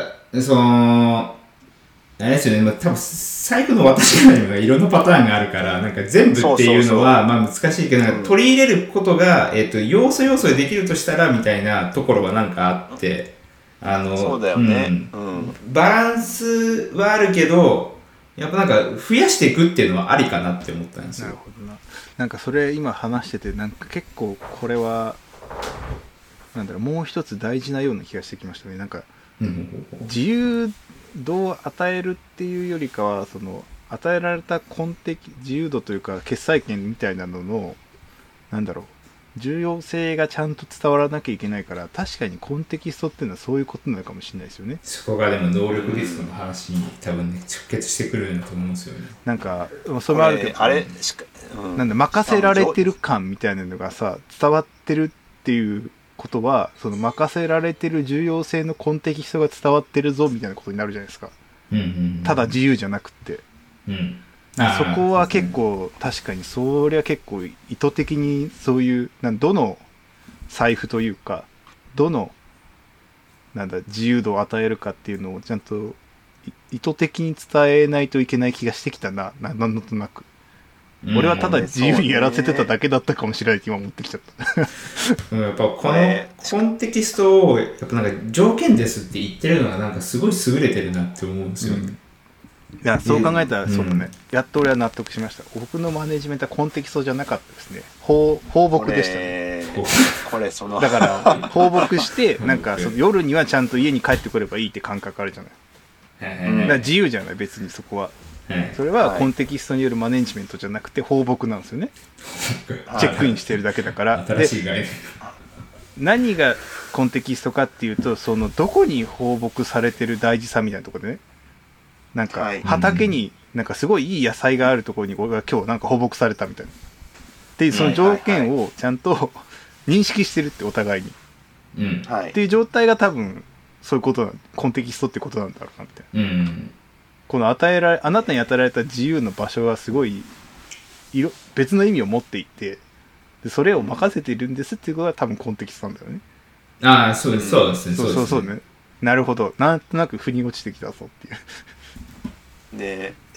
あれですよね、多分財布の渡し方にもいろんなパターンがあるから、なんか全部っていうのはまあ難しいけど、取り入れることが、要素でできるとしたらみたいなところはなんかあって、 そうだよね、 バランスはあるけど、やっぱなんか増やしていくっていうのはありかなって思ったんですよ。 なるほどな。なんかそれ今話してて、なんか結構これはなんだろう、もう一つ大事なような気がしてきましたね。なんか自由度を与えるっていうよりかは、与えられた自由度というか決済権みたいなののなんだろう、重要性がちゃんと伝わらなきゃいけないから、確かにコンテキストっていうのはそういうことなのかもしれないですよね。 そこがでも能力リストの話に多分ね直結してくるんだと思うんですよね。 なんかそれもあるけど、なんだ任せられてる感みたいなのがさ伝わってるっていうことは、その任せられてる重要性のコンテキストが伝わってるぞみたいなことになるじゃないですか。ただ自由じゃなくって、そこは結構確かにそれは結構意図的にそういうどの財布というかどの自由度を与えるかっていうのをちゃんと意図的に伝えないといけない気がしてきたな、なんとなく。俺はただ自由にやらせてただけだったかもしれないって今思ってきちゃったやっぱこのコンテキストをやっぱなんか条件ですって言ってるのがなんかすごい優れてるなって思うんですよね。 いや、そう考えたらそうだね、やっと俺は納得しました。僕のマネジメントはコンテキストじゃなかったですね。放牧でしたね。だから放牧してなんか夜にはちゃんと家に帰ってくればいいって感覚あるじゃない。だから自由じゃない、別にそこは。それはコンテキストによるマネジメントじゃなくて放牧なんですよね。チェックインしてるだけだから。 新しい概念。 何がコンテキストかっていうと、どこに放牧されてる大事さみたいなところでね、なんか畑になんかすごいいい野菜があるところに俺が今日なんか放牧されたみたいなで、その条件をちゃんと認識してるって、お互いに、っていう状態が多分そういうことコンテキストってことなんだろうなみたいな。このあなたに与えられた自由の場所はすごい別の意味を持っていて、でそれを任せているんですっていうことが多分コンテキストなんだよね。 そうですね。 そうね。なるほど、なんとなく腑に落ちてきたぞっていうで、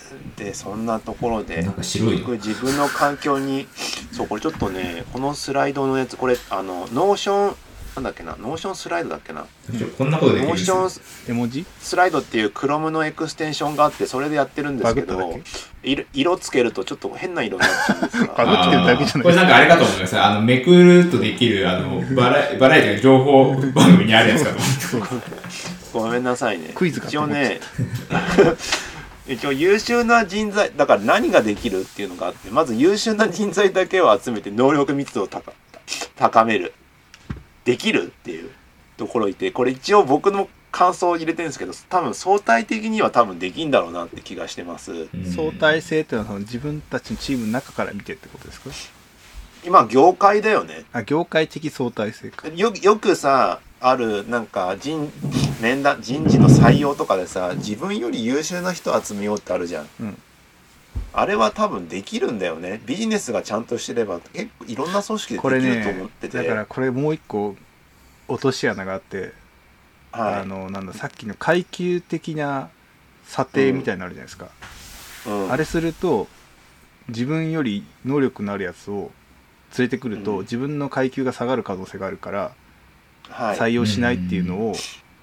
でそんなところでなんか白い僕自分の環境にそうこれちょっとねこのスライドのやつこれノーションなんだっけなノーションスライドだっけなこんなことできるノーション絵文字スライドっていう Chrome のエクステンションがあってそれでやってるんですけど色つけるとちょっと変な色になっちゃうんですがバグってるだけじゃないこれなんかあれかと思いますめくるとできるバラエティの情報番組にあるやつかと思ってごめんなさいねクイズかと一応思っちゃね一応優秀な人材だから何ができるっていうのがあってまず優秀な人材だけを集めて能力密度を高めるできるっていうところいてこれ一応僕の感想を入れてるんですけど多分相対的には多分できんだろうなって気がしてます。 相対性っていうのは自分たちのチームの中から見てってことですか？ 今業界だよね。 業界的相対性か。 よくさあるなんか人事の採用とかでさ自分より優秀な人集めようってあるじゃん、うん、あれは多分できるんだよね。ビジネスがちゃんとしてれば結構いろんな組織でできると思ってて、 だからこれもう一個落とし穴があって、はい、なんださっきの階級的な査定みたいになるじゃないですか、うん、あれすると自分より能力のあるやつを連れてくると、自分の階級が下がる可能性があるから、はい、採用しないっていうのを、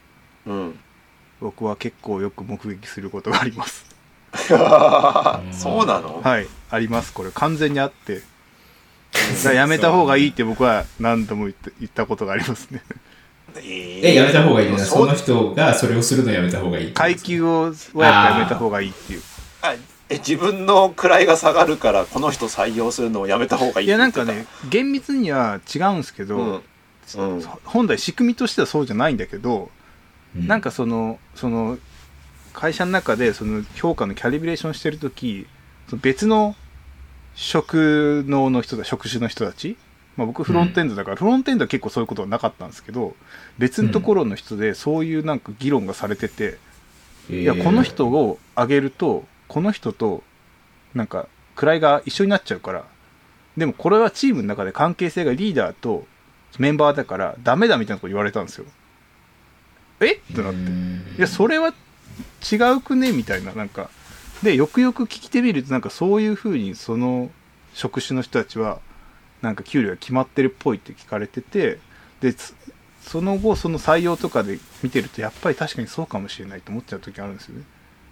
僕は結構よく目撃することがありますそうなの？ はい、あります。これ完全にあってやめた方がいいって僕は何度も言ったことがありますねやめた方がいいな。その人がそれをするのやめた方がいい。 階級はやっぱやめた方がいいっていう。 自分の位が下がるからこの人採用するのをやめた方がいいって言ってた。 いやなんかね厳密には違うんですけど、本来仕組みとしてはそうじゃないんだけど、なんかその会社の中でその評価のキャリブレーションしてるとき別の職種の人たち、僕フロントエンドだから、フロントエンドは結構そういうことはなかったんですけど別のところの人でそういうなんか議論がされてて、いやこの人を上げるとこの人となんか位が一緒になっちゃうから、でもこれはチームの中で関係性がリーダーとメンバーだからダメだみたいなこと言われたんですよ。ってなって、いやそれは違うくねみたいな、なんかでよくよく聞いてみるとなんかそういう風にその職種の人たちはなんか給料が決まってるっぽいって聞かれてて、でその後その採用とかで見てるとやっぱり確かにそうかもしれないと思っちゃう時あるんですよね。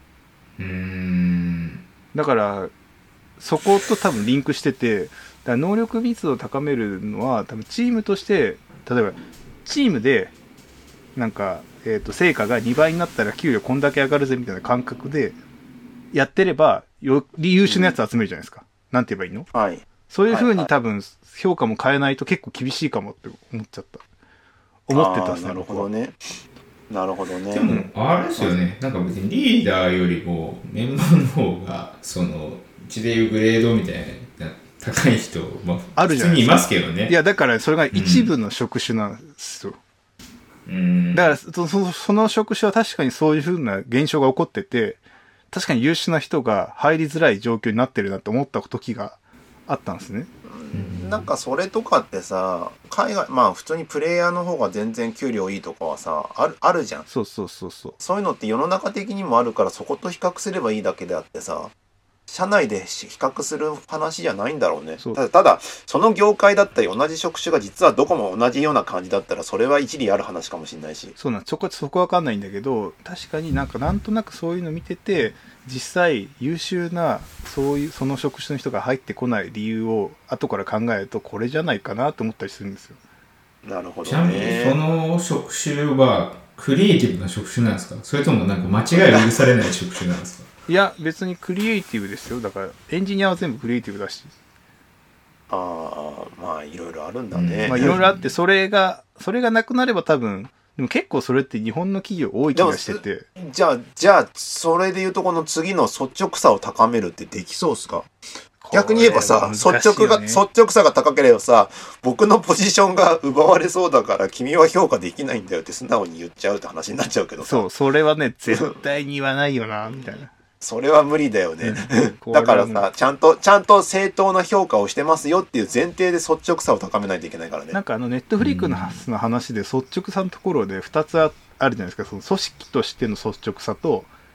だからそこと多分リンクしてて、だから能力密度を高めるのは多分チームとして、例えばチームでなんか、成果が2倍になったら給料こんだけ上がるぜみたいな感覚でやってればより優秀なやつ集めるじゃないですか、なんて言えばいいの、はい、そういう風に多分評価も変えないと結構厳しいかもって思っちゃった思ってたっすね。 なるほどね。なるほどね。 でもあれですよね、なんか別にリーダーよりもメンバーの方がそのうちでいうグレードみたいな高い人、 あるじゃないですか。普通にいますけどね。 いやだからそれが一部の職種なんですよ、だからその職種は確かにそういう風な現象が起こってて、確かに優秀な人が入りづらい状況になってるなと思った時があったんですね。 なんかそれとかってさ、海外普通にプレイヤーの方が全然給料いいとかはさあるじゃん。 そういうのって世の中的にもあるから、そこと比較すればいいだけであってさ、社内で比較する話じゃないんだろうね。ただその業界だったり同じ職種が実はどこも同じような感じだったらそれは一理ある話かもしれないし、 そうなんそこわかんないんだけど、確かになんとなくそういうの見てて、実際優秀なその職種の人が入ってこない理由を後から考えるとこれじゃないかなと思ったりするんですよ。 なるほどね。 ちなみにその職種はクリエイティブな職種なんですか、それともなんか間違いが許されない職種なんですか？ いや別にクリエイティブですよ。だからエンジニアは全部クリエイティブだし、 いろいろあるんだね。 いろいろあって、それがなくなれば多分、でも結構それって日本の企業多い気がしてて。 じゃあそれでいうとこの次の率直さを高めるってできそうっすか？逆に言えばさ、率直さが高ければさ、僕のポジションが奪われそうだから君は評価できないんだよって素直に言っちゃうって話になっちゃうけどさ。 そう、それはね絶対に言わないよなみたいな。 それは無理だよね。だからさ、ちゃんと正当な評価をしてますよっていう前提で率直さを高めないといけないからね。 なんかネットフリックの話で率直さのところで2つあるじゃないですか。その組織としての率直さと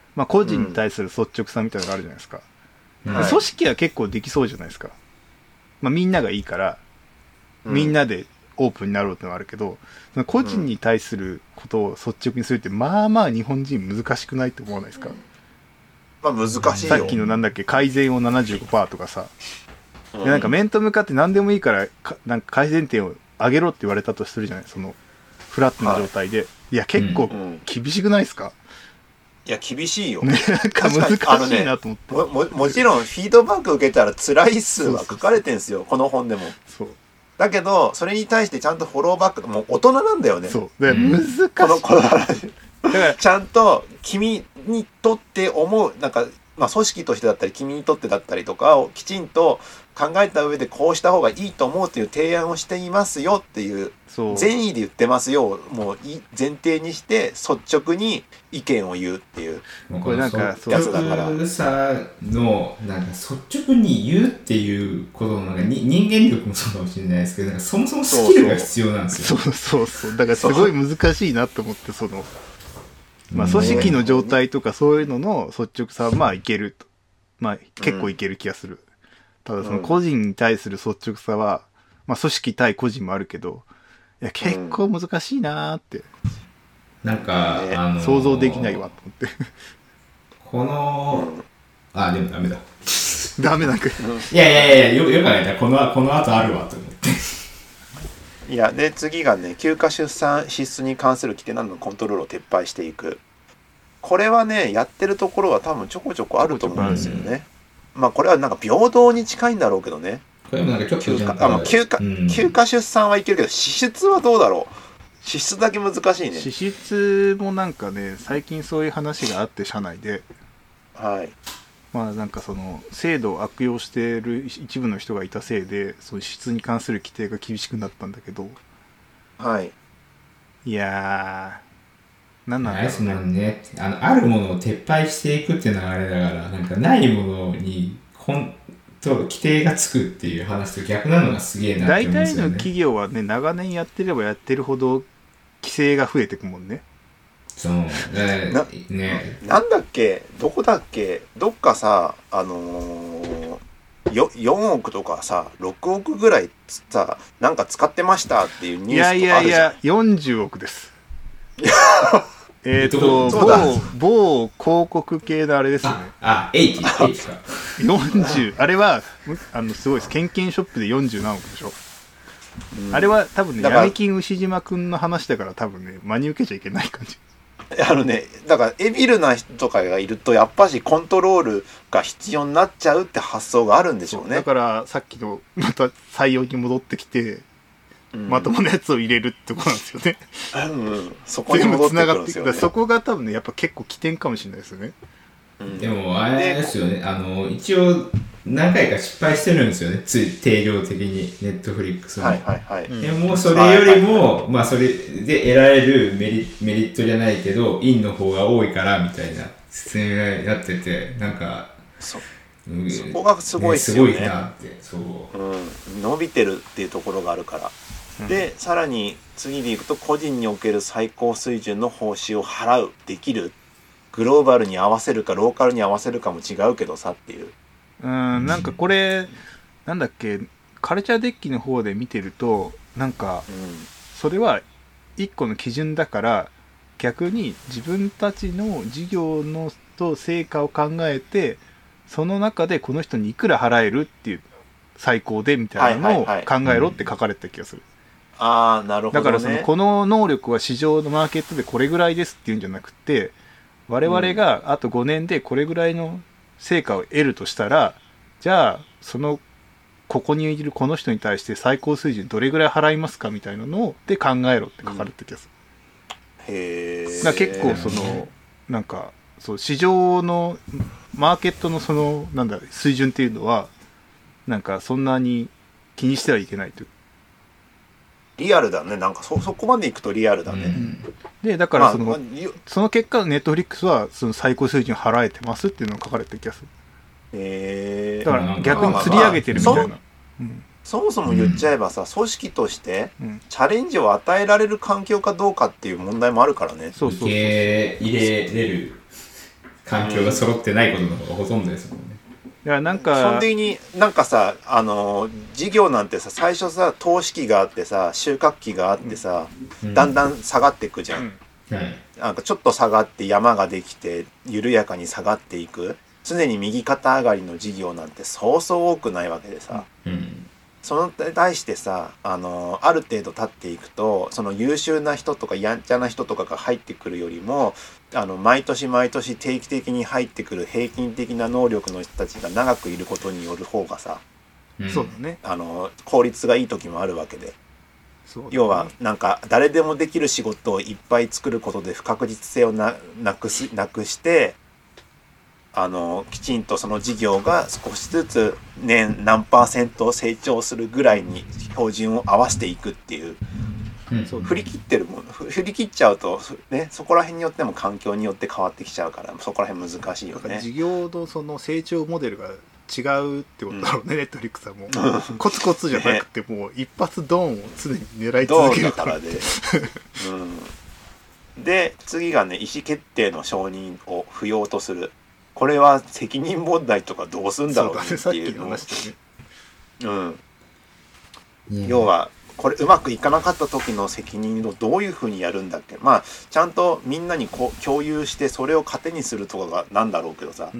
まあ、個人に対する率直さみたいなのがあるじゃないですか、組織は結構できそうじゃないですか、まあ、みんながいいからみんなでオープンになろうってのはあるけど、その個人に対することを率直にするってまあまあ日本人難しくないと思わないですか。 まあ難しいよ。 さっきのなんだっけ改善を 75% とかさ、でなんか面と向かって何でもいいからなんか改善点を上げろって言われたとするじゃない、そのフラットな状態で、いや結構厳しくないですか。 いや厳しいよ、 ね、なんか難しいなと思って、 もちろんフィードバック受けたら辛い数は書かれてんすよ、この本でも。そうだけどそれに対してちゃんとフォローバック、もう大人なんだよね。 そうで難しい、 この話だからちゃんと君にとって思う、なんか、まあ、組織としてだったり君にとってだったりとかをきちんと考えた上でこうした方がいいと思うという提案をしていますよっていう、善意で言ってますよ、もう前提にして率直に意見を言うっていう、 これなんかやつだから、率直さのなんか率直に言うっていうことのなんか人間力もそうかもしれないですけど、なんかそもそもスキルが必要なんですよ。 そうだからすごい難しいなと思って、そのまあ組織の状態とかそういうのの率直さはまあいけると、まあ結構いける気がする。ただその個人に対する率直さは、まあ組織対個人もあるけど、いや結構難しいなーって、 なんか、 想像できないわと思ってこの、あ、でもダメだダメなんかいやよく考えたらこの後あるわと思っていやで次がね、休暇出産支出に関する規定などのコントロールを撤廃していく。これはねやってるところは多分ちょこちょこあると思うんですよね。まあこれはなんか平等に近いんだろうけどね。 これもなんかちょっと休暇出産はいけるけど支出はどうだろう。支出だけ難しいね。 支出もなんかね最近そういう話があって、社内で、 はい、 まあなんかその制度を悪用している一部の人がいたせいで、その支出に関する規定が厳しくなったんだけど、 はい、 いやーなんなんだろうね。あるものを撤廃していくっていうのはあれだから、なんかないものに規定がつくっていう話と逆なのがすげえなって思うんですよね。 大体の企業はね、長年やってればやってるほど規制が増えてくもんね。 そうね。 なんだっけ、どこだっけ、どっかさ、4億とかさ6億ぐらいさなんか使ってましたっていうニュースとかあるじゃん。 いや40億です某広告系のあれですよね。 H か 40あれはすごいです。ケンケンショップで40何億でしょ、あれは多分ね闇金牛島くんの話だから多分ね真に受けちゃいけない感じ。 だからエビルな人とかがいるとやっぱしコントロールが必要になっちゃうって発想があるんでしょうね。 だからさっきのまた採用に戻ってきて、まともなやつを入れるってことなんですよね。 そこに戻ってくるんですよね。 そこが多分ねやっぱ結構起点かもしれないですよね。 でもあれですよね、一応何回か失敗してるんですよね、定量的にネットフリックスも。でもそれよりも、まあそれで得られるメリットじゃないけどインの方が多いからみたいな説明になってて、なんかそこがすごいですよね。 すごいなって、 伸びてるっていうところがあるから。でさらに次でいくと、個人における最高水準の報酬を払うできる、グローバルに合わせるかローカルに合わせるかも違うけどさっていう。 なんかこれなんだっけ、カルチャーデッキの方で見てるとなんか、それは一個の基準だから、逆に自分たちの事業のと成果を考えて、その中でこの人にいくら払えるっていう最高でみたいなのを考えろって書かれてた気がする。 なるほどね。 だからこの能力は市場のマーケットでこれぐらいですっていうんじゃなくて、我々があと5年でこれぐらいの成果を得るとしたら、じゃあここにいるこの人に対して最高水準どれぐらい払いますかみたいなので考えろって書かれてた気がする。 へえ。 だから結構なんか市場のマーケットの水準っていうのはなんかそんなに気にしてはいけないという。 リアルだね。なんかそこまでいくとリアルだね。 でだからその結果ネットフリックスはその最高水準払えてますっていうのが書かれてる気がする。だから逆に釣り上げてるみたいな。 そもそも言っちゃえばさ、組織としてチャレンジを与えられる環境かどうかっていう問題もあるからね。 受け入れれる環境が揃ってないことの方がほとんどですもんね。 いやなんか基本的になんかさ事業なんてさ最初さ投資期があってさ収穫期があってさ、だんだん下がっていくじゃん、なんかちょっと下がって山ができて緩やかに下がっていく常に右肩上がりの事業なんてそうそう多くないわけでさ、その対してさある程度経っていくとその優秀な人とかやんちゃな人とかが入ってくるよりも毎年毎年定期的に入ってくる平均的な能力の人たちが長くいることによる方がさ、 そうだね、 効率がいい時もあるわけで、 そうだね、 要はなんか誰でもできる仕事をいっぱい作ることで不確実性をなくしてきちんとその事業が少しずつ年何%成長するぐらいに標準を合わせていくっていう、振り切ってるもの振り切っちゃうとねそこら辺によっても環境によって変わってきちゃうからそこら辺難しいよね。 だから事業のその成長モデルが違うってことだろうね、ネットフリックスはもうコツコツじゃなくてもう一発ドーンを常に狙い続けるからで、で次がね意思決定の承認を不要とする。これは責任問題とかどうすんだろうねっていうのを、要はこれうまくいかなかった時の責任をどういうふうにやるんだっけ。まあちゃんとみんなに共有してそれを糧にするとかがなんだろうけどさ、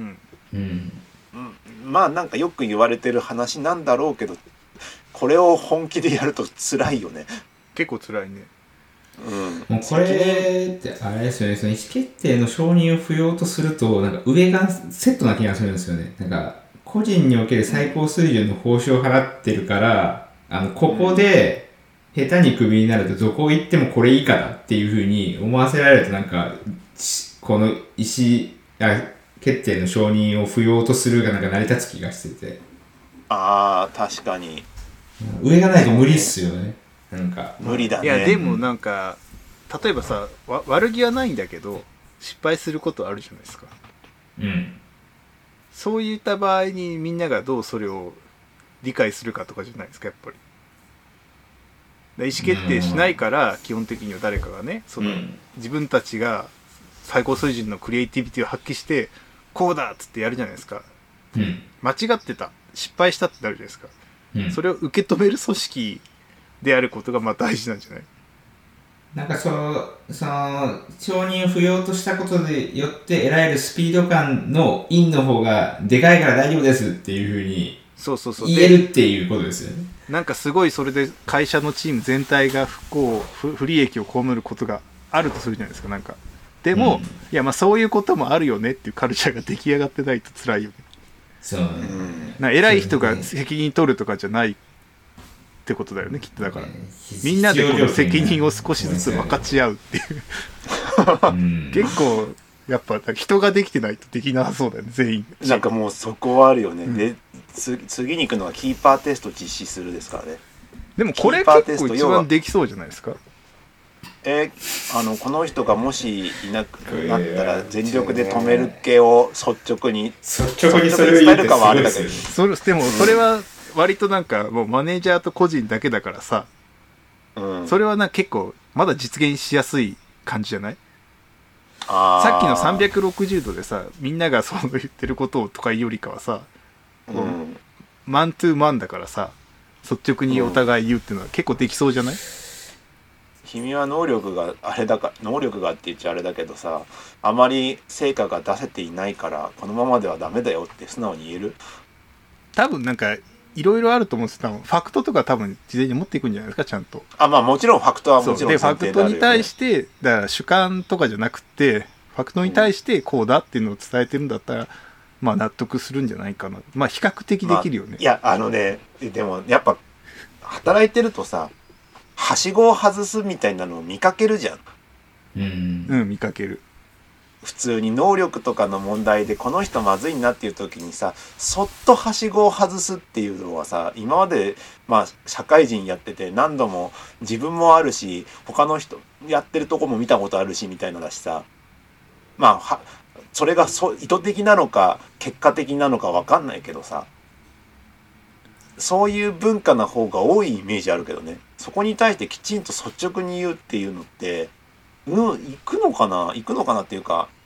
まあなんかよく言われてる話なんだろうけどこれを本気でやると辛いよね。 結構辛いね。 もうこれってあれですよね、その意思決定の承認を不要とするとなんか上がセットな気がするんですよね。なんか個人における最高水準の報酬を払ってるからここで下手にクビになるとどこ行ってもこれ以下だっていう風に思わせられるとなんかこの意思決定の承認を不要とするがなんか成り立つ気がしてて、 確かに上がないと無理っすよね。なんか無理だね。 いやでもなんか例えばさ悪気はないんだけど失敗することあるじゃないですか。そういった場合にみんながどうそれを理解するかとかじゃないですかやっぱり。意思決定しないから基本的には誰かがね自分たちが最高水準のクリエイティビティを発揮してこうだっつってやるじゃないですか。間違ってた失敗したってなるじゃないですか。それを受け止める組織であることがまあ大事なんじゃない。 なんかその承認を不要としたことでよって得られるスピード感の因の方がでかいから大丈夫ですっていうふうに言えるっていうことですよね。 なんかすごいそれで会社のチーム全体が不利益を被ることがあるとするじゃないですか。なんかでも、いやまあそういうこともあるよねっていうカルチャーが出来上がってないと辛いよね。 そう偉い人が責任取るとかじゃないってことだよねきっと。だからみんなでこの責任を少しずつ分かち合うっていう結構やっぱ人ができてないとできなさそうだよね全員。 なんかもうそこはあるよね。で次に行くのはキーパーテスト実施するですからね。 でもこれ結構一番できそうじゃないですか。 この人がもしいなくなったら全力で止める系を率直にそれを伝えるかはあれだけど、 でもそれは割となんかもうマネージャーと個人だけだからさ、それはなんか結構まだ実現しやすい感じじゃない。さっきの360度でさみんながそう言ってることをとかいうよりかはさ、マントゥーマンだからさ率直にお互い言うっていうのは結構できそうじゃない。 君は能力がって言っちゃあれだけどさあまり成果が出せていないからこのままではダメだよって素直に言える。 多分なんかいろいろあると思うんですよ。ファクトとか多分事前に持っていくんじゃないですかちゃんと。 まあもちろんファクトはもちろんでファクトに対してだから主観とかじゃなくてファクトに対してこうだっていうのを伝えてるんだったら、まあ納得するんじゃないかな。まあ比較的できるよね。 いやでもやっぱ働いてるとさはしごを外すみたいなのを見かけるじゃん。 見かける。 普通に能力とかの問題でこの人まずいなっていう時にさそっとはしごを外すっていうのはさ今までまあ社会人やってて何度も自分もあるし他の人やってるとこも見たことあるしみたいなのだしさまあそれが意図的なのか結果的なのか分かんないけどさそういう文化の方が多いイメージあるけどね。そこに対してきちんと率直に言うっていうのって行くのかなっていうか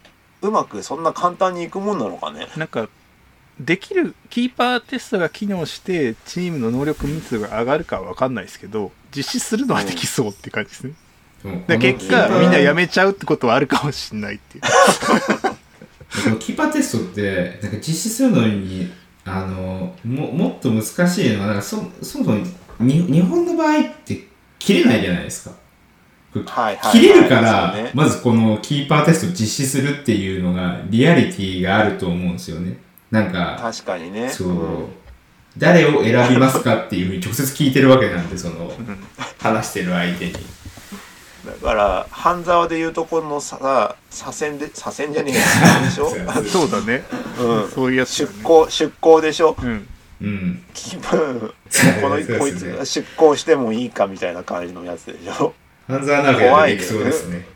うまくそんな簡単にいくもんなのかね。 なんかできるキーパーテストが機能してチームの能力密度が上がるかは分かんないですけど、実施するのはできそうって感じですね。で結果みんなやめちゃうってことはあるかもしれないっていう。 このキーパーテストってなんか実施するのにもっと難しいのはなんかそもそも日本の場合って切れないじゃないですか。切れるから、まずこのキーパーテスト実施するっていうのがリアリティがあると思うんですよね。なんか確かにね。 そう、誰を選びますかっていうふうに直接聞いてるわけなんで、その話してる相手に。だから半沢でいうとこのさ左遷じゃねえでしょ。 そうだね。うん、そういうやつ、 ね、出向でしょ。 うん気分こいつが出向してもいいかみたいな感じのやつでしょ。 半沢直樹ができそうですね。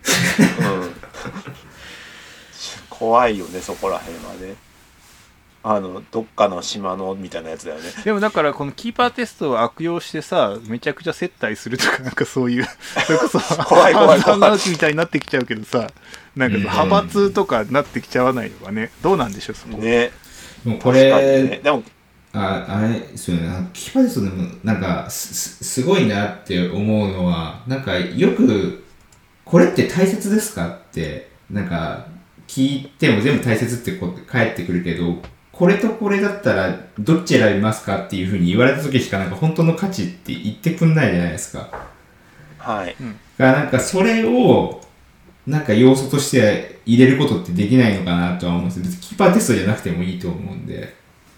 怖いよね、そこら辺はね。どっかの島のみたいなやつだよね。 でもだからこのキーパーテストを悪用してさ、めちゃくちゃ接待するとかなんかそういうそれこそ怖い半沢直樹みたいになってきちゃうけどさ、なんか派閥とかなってきちゃわないのかね。どうなんでしょうそこね。 もうこれ、 ね、でもあれですよね。キーパーテストでもなんかすごいなって思うのは、なんかよくこれって大切ですかってなんか聞いても全部大切って返ってくるけど、これとこれだったらどっち選びますかっていう風に言われた時しかなんか本当の価値って言ってくんないじゃないですか。 はい。 だからなんかそれをなんか要素として入れることってできないのかなとは思うんです。別にキーパーテストじゃなくてもいいと思うんで。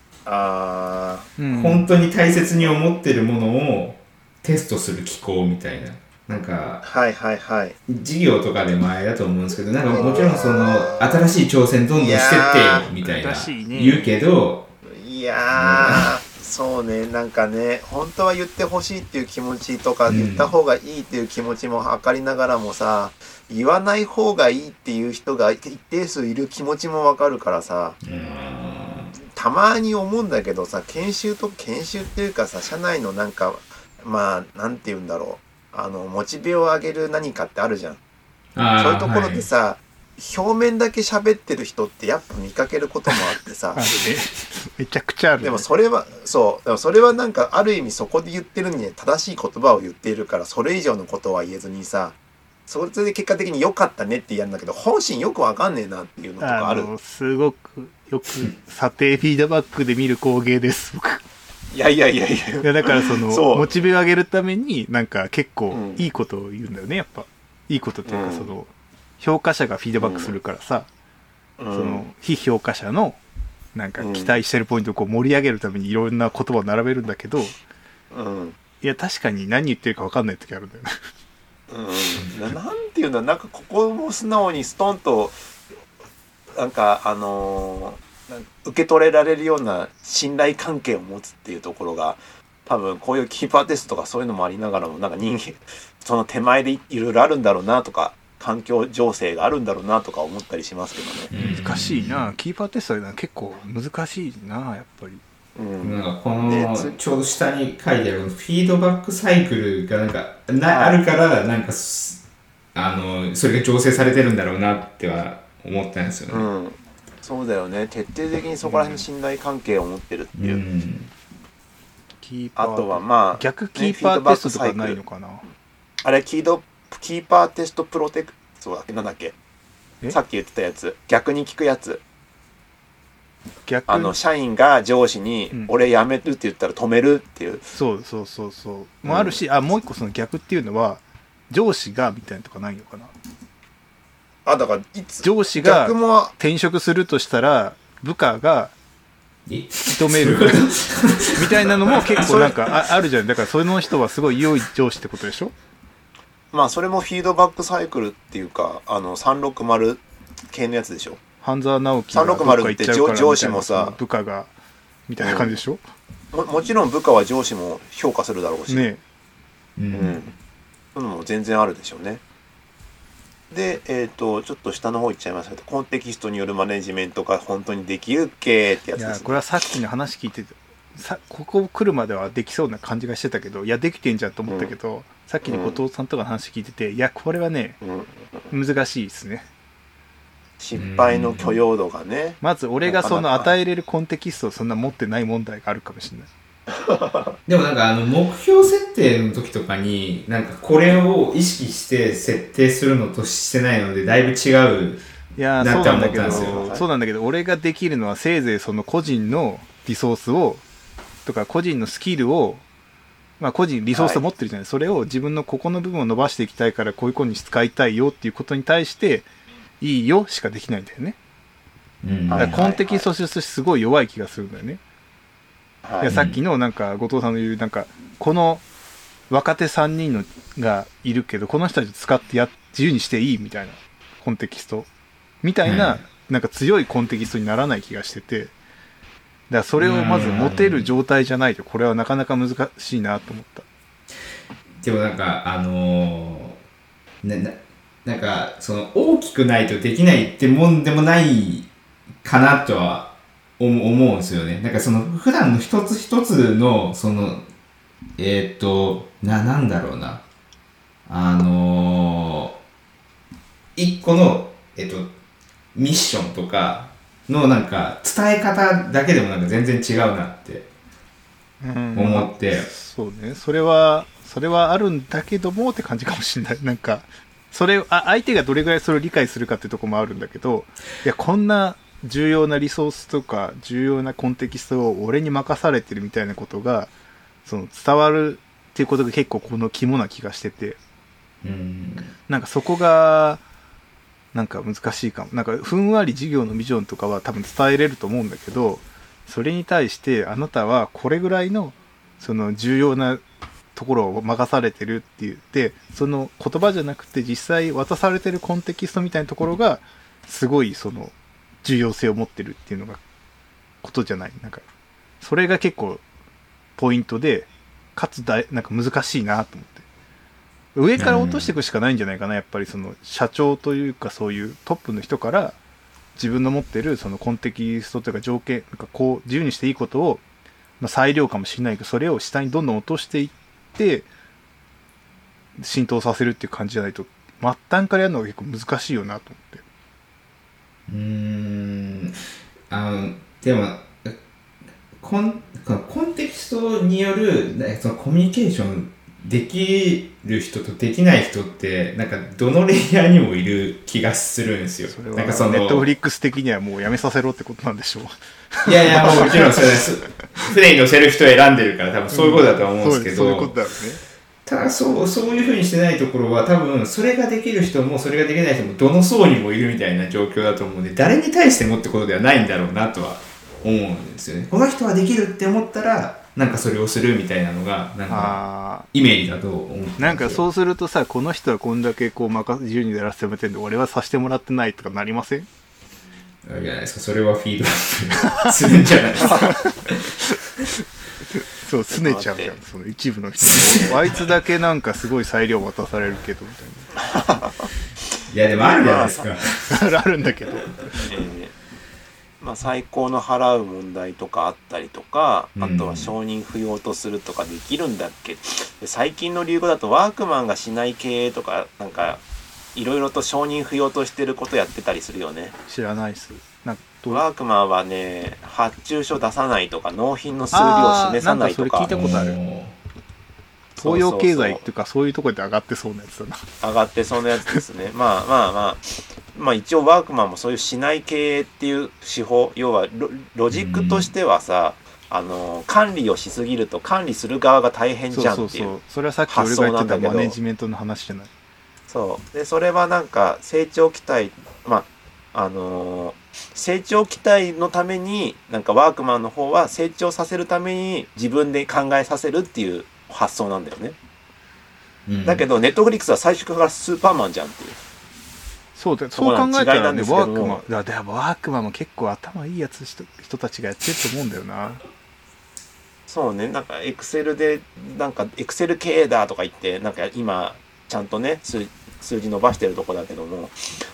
本当に大切に思ってるものをテストする機構みたいな。なんか、事業とかでもあれだと思うんですけど、なんかもちろんその新しい挑戦どんどんしてってよみたいな言うけど、 いやー、そうね、なんかね、本当は言ってほしいっていう気持ちとか、言った方がいいっていう気持ちも測りながらもさ、言わない方がいいっていう人が一定数いる気持ちもわかるからさ、たまに思うんだけどさ、研修っていうかさ、社内のなんか、まあなんて言うんだろう、モチベを上げる何かってあるじゃん。そういうところでさ、表面だけ喋ってる人ってやっぱ見かけることもあってさめちゃくちゃある、ね、 でもそれはなんかある意味そこで言ってるに正しい言葉を言っているから、それ以上のことは言えずにさ、それで結果的に良かったねって言うんだけど、本心よくわかんねえなっていうのとかある。 すごくよく査定フィードバックで見る工芸です僕。 いやだからそのモチベを上げるためになんか結構いいことを言うんだよね、やっぱ。いいことっていうか、その評価者がフィードバックするからさ、その非評価者のなんか期待してるポイントをこう盛り上げるためにいろんな言葉を並べるんだけど、いや確かに何言ってるか分かんない時あるんだよね。 なんていうんだ、なんかここも素直にストンとなんか受け取れられるような信頼関係を持つっていうところが、多分こういうキーパーテストとかそういうのもありながらも、なんか人間その手前でいろいろあるんだろうなとか、環境情勢があるんだろうなとか思ったりしますけどね。 難しいな、キーパーテストは結構難しいな、やっぱり。 なんかこのちょうど下に書いてあるフィードバックサイクルがなんかあるから、なんかそれが調整されてるんだろうなっては思ったんですよね。 そうだよね、徹底的にそこら辺の信頼関係を持ってるっていう、あとはまあ逆キーパーテストとかないのかな。 あれキーパーテストプロテクトだっけ、なんだっけ、さっき言ってたやつ、逆に聞くやつ。社員が上司に俺辞めるって言ったら止めるっていう、 そうもあるし、もう一個その逆っていうのは上司がみたいなとかないのかな。 だから上司が転職するとしたら部下が認めるみたいなのも結構なんかあるじゃん。だからその人はすごい良い上司ってことでしょ。 まあそれもフィードバックサイクルっていうか、360系のやつでしょ。 半沢直樹が 360って上司もさ、 部下がみたいな感じでしょ。 もちろん部下は上司も評価するだろうしね。 そういうのも全然あるでしょうね。でちょっと下の方行っちゃいますけど、コンテキストによるマネジメントが本当にできるっけってやつです、ね。いやこれはさっきの話聞いててここ来るまではできそうな感じがしてたけど、いやできてんじゃんと思ったけど、さっきの後藤さんとかの話聞いてて、いやこれはね、難しいですね。 失敗の許容度がね、 まず俺がその与えれるコンテキストをそんな持ってない問題があるかもしれない。 でもなんか目標設定の時とかになんかこれを意識して設定するのとしてないのでだいぶ違うやなって思ったんですよ。 そうなんだけど俺ができるのはせいぜいその個人のリソースをとか個人のスキルを、まあ個人リソースを持ってるじゃない、それを自分のここの部分を伸ばしていきたいからこういう子に使いたいよっていうことに対していいよしかできないんだよね。だからコンテキストとしてすごい弱い気がするんだよね。いやさっきのなんか後藤さんの言うなんかこの若手3人のがいるけどこの人たち使って自由にしていいみたいなコンテキストみたいな、なんか強いコンテキストにならない気がしてて、だからそれをまず持てる状態じゃないとこれはなかなか難しいなと思った。 でもなんかなんかその大きくないとできないってもんでもないかなとは思うんですよね。なんかその普段の一つ一つのそのなんだろうな一個のミッションとかのなんか伝え方だけでもなんか全然違うなって思って、 そうね、それはあるんだけどもって感じかもしれない。なんかそれ相手がどれぐらいそれを理解するかってとこもあるんだけど、いやこんな重要なリソースとか重要なコンテキストを俺に任されてるみたいなことがその伝わるっていうことが結構この肝な気がしてて、なんかそこがなんか難しいかも。なんかふんわり事業のビジョンとかは多分伝えれると思うんだけど、それに対してあなたはこれぐらいのその重要なところを任されてるって言ってその言葉じゃなくて実際渡されてるコンテキストみたいなところがすごいその重要性を持ってるっていうのがことじゃない。なんかそれが結構ポイントでかつなんか難しいなと思って、上から落としていくしかないんじゃないかな。やっぱりその社長というかそういうトップの人から自分の持ってるそのコンテキストというか条件なんかこう自由にしていいことを、まあ、裁量かもしれないけどそれを下にどんどん落としていって浸透させるっていう感じじゃないと末端からやるのが結構難しいよなと思って。 でもコンテキストによるそのコミュニケーションできる人とできない人ってなんかどのレイヤーにもいる気がするんですよ。 それはなんかそのネットフリックス的にはもうやめさせろってことなんでしょう。 いやいやもちろんそれ船に乗せる人を選んでるから多分そういうことだとは思うんですけど、 そういうことだよね。 ただそういう風にしてないところは多分それができる人もそれができない人もどの層にもいるみたいな状況だと思うんで誰に対してもってことではないんだろうなとは思うんですよね。この人はできるって思ったらなんかそれをするみたいなのがなんかイメージだと思うんですよ。 なんかそうするとさこの人はこんだけこう自由にやらせてもらってんで俺はさせてもらってないとかなりません？ じゃないですか。それはフィードバックするんじゃないですか。 そう拗ねちゃうじゃんその一部の人あいつだけなんかすごい裁量渡されるけどみたいな。 いやでもあるじゃないですか。 あるんだけど、 まあ、最高の払う問題とかあったりとか、あとは承認不要とするとかできるんだっけ、最近の流行だとワークマンがしない経営とかなんかいろいろと承認不要としてることやってたりするよね。 知らないっす。 ワークマンはね発注書出さないとか納品の数量を示さないとか。 なんかそれ聞いたことある。東洋経済っていうかそういうところで上がってそうなやつだな。 上がってそうなやつですね。まあ一応ワークマンもそういうしない経営っていう手法、要はロジックとしてはさ、管理をしすぎると管理する側が大変じゃんっていう。 それはさっき俺が言ってたマネジメントの話じゃない。 そうでそれはなんか成長期待成長期待のためになんかワークマンの方は成長させるために自分で考えさせるっていう発想なんだよね。だけどネットフリックスは最初からスーパーマンじゃんっていう。 そう考えたらねワークマンも結構頭いいやつ人たちがやってると思うんだよな。 そうね、なんかエクセルでなんかエクセル経営だとか言ってなんか今ちゃんとね数字伸ばしてるとこだけども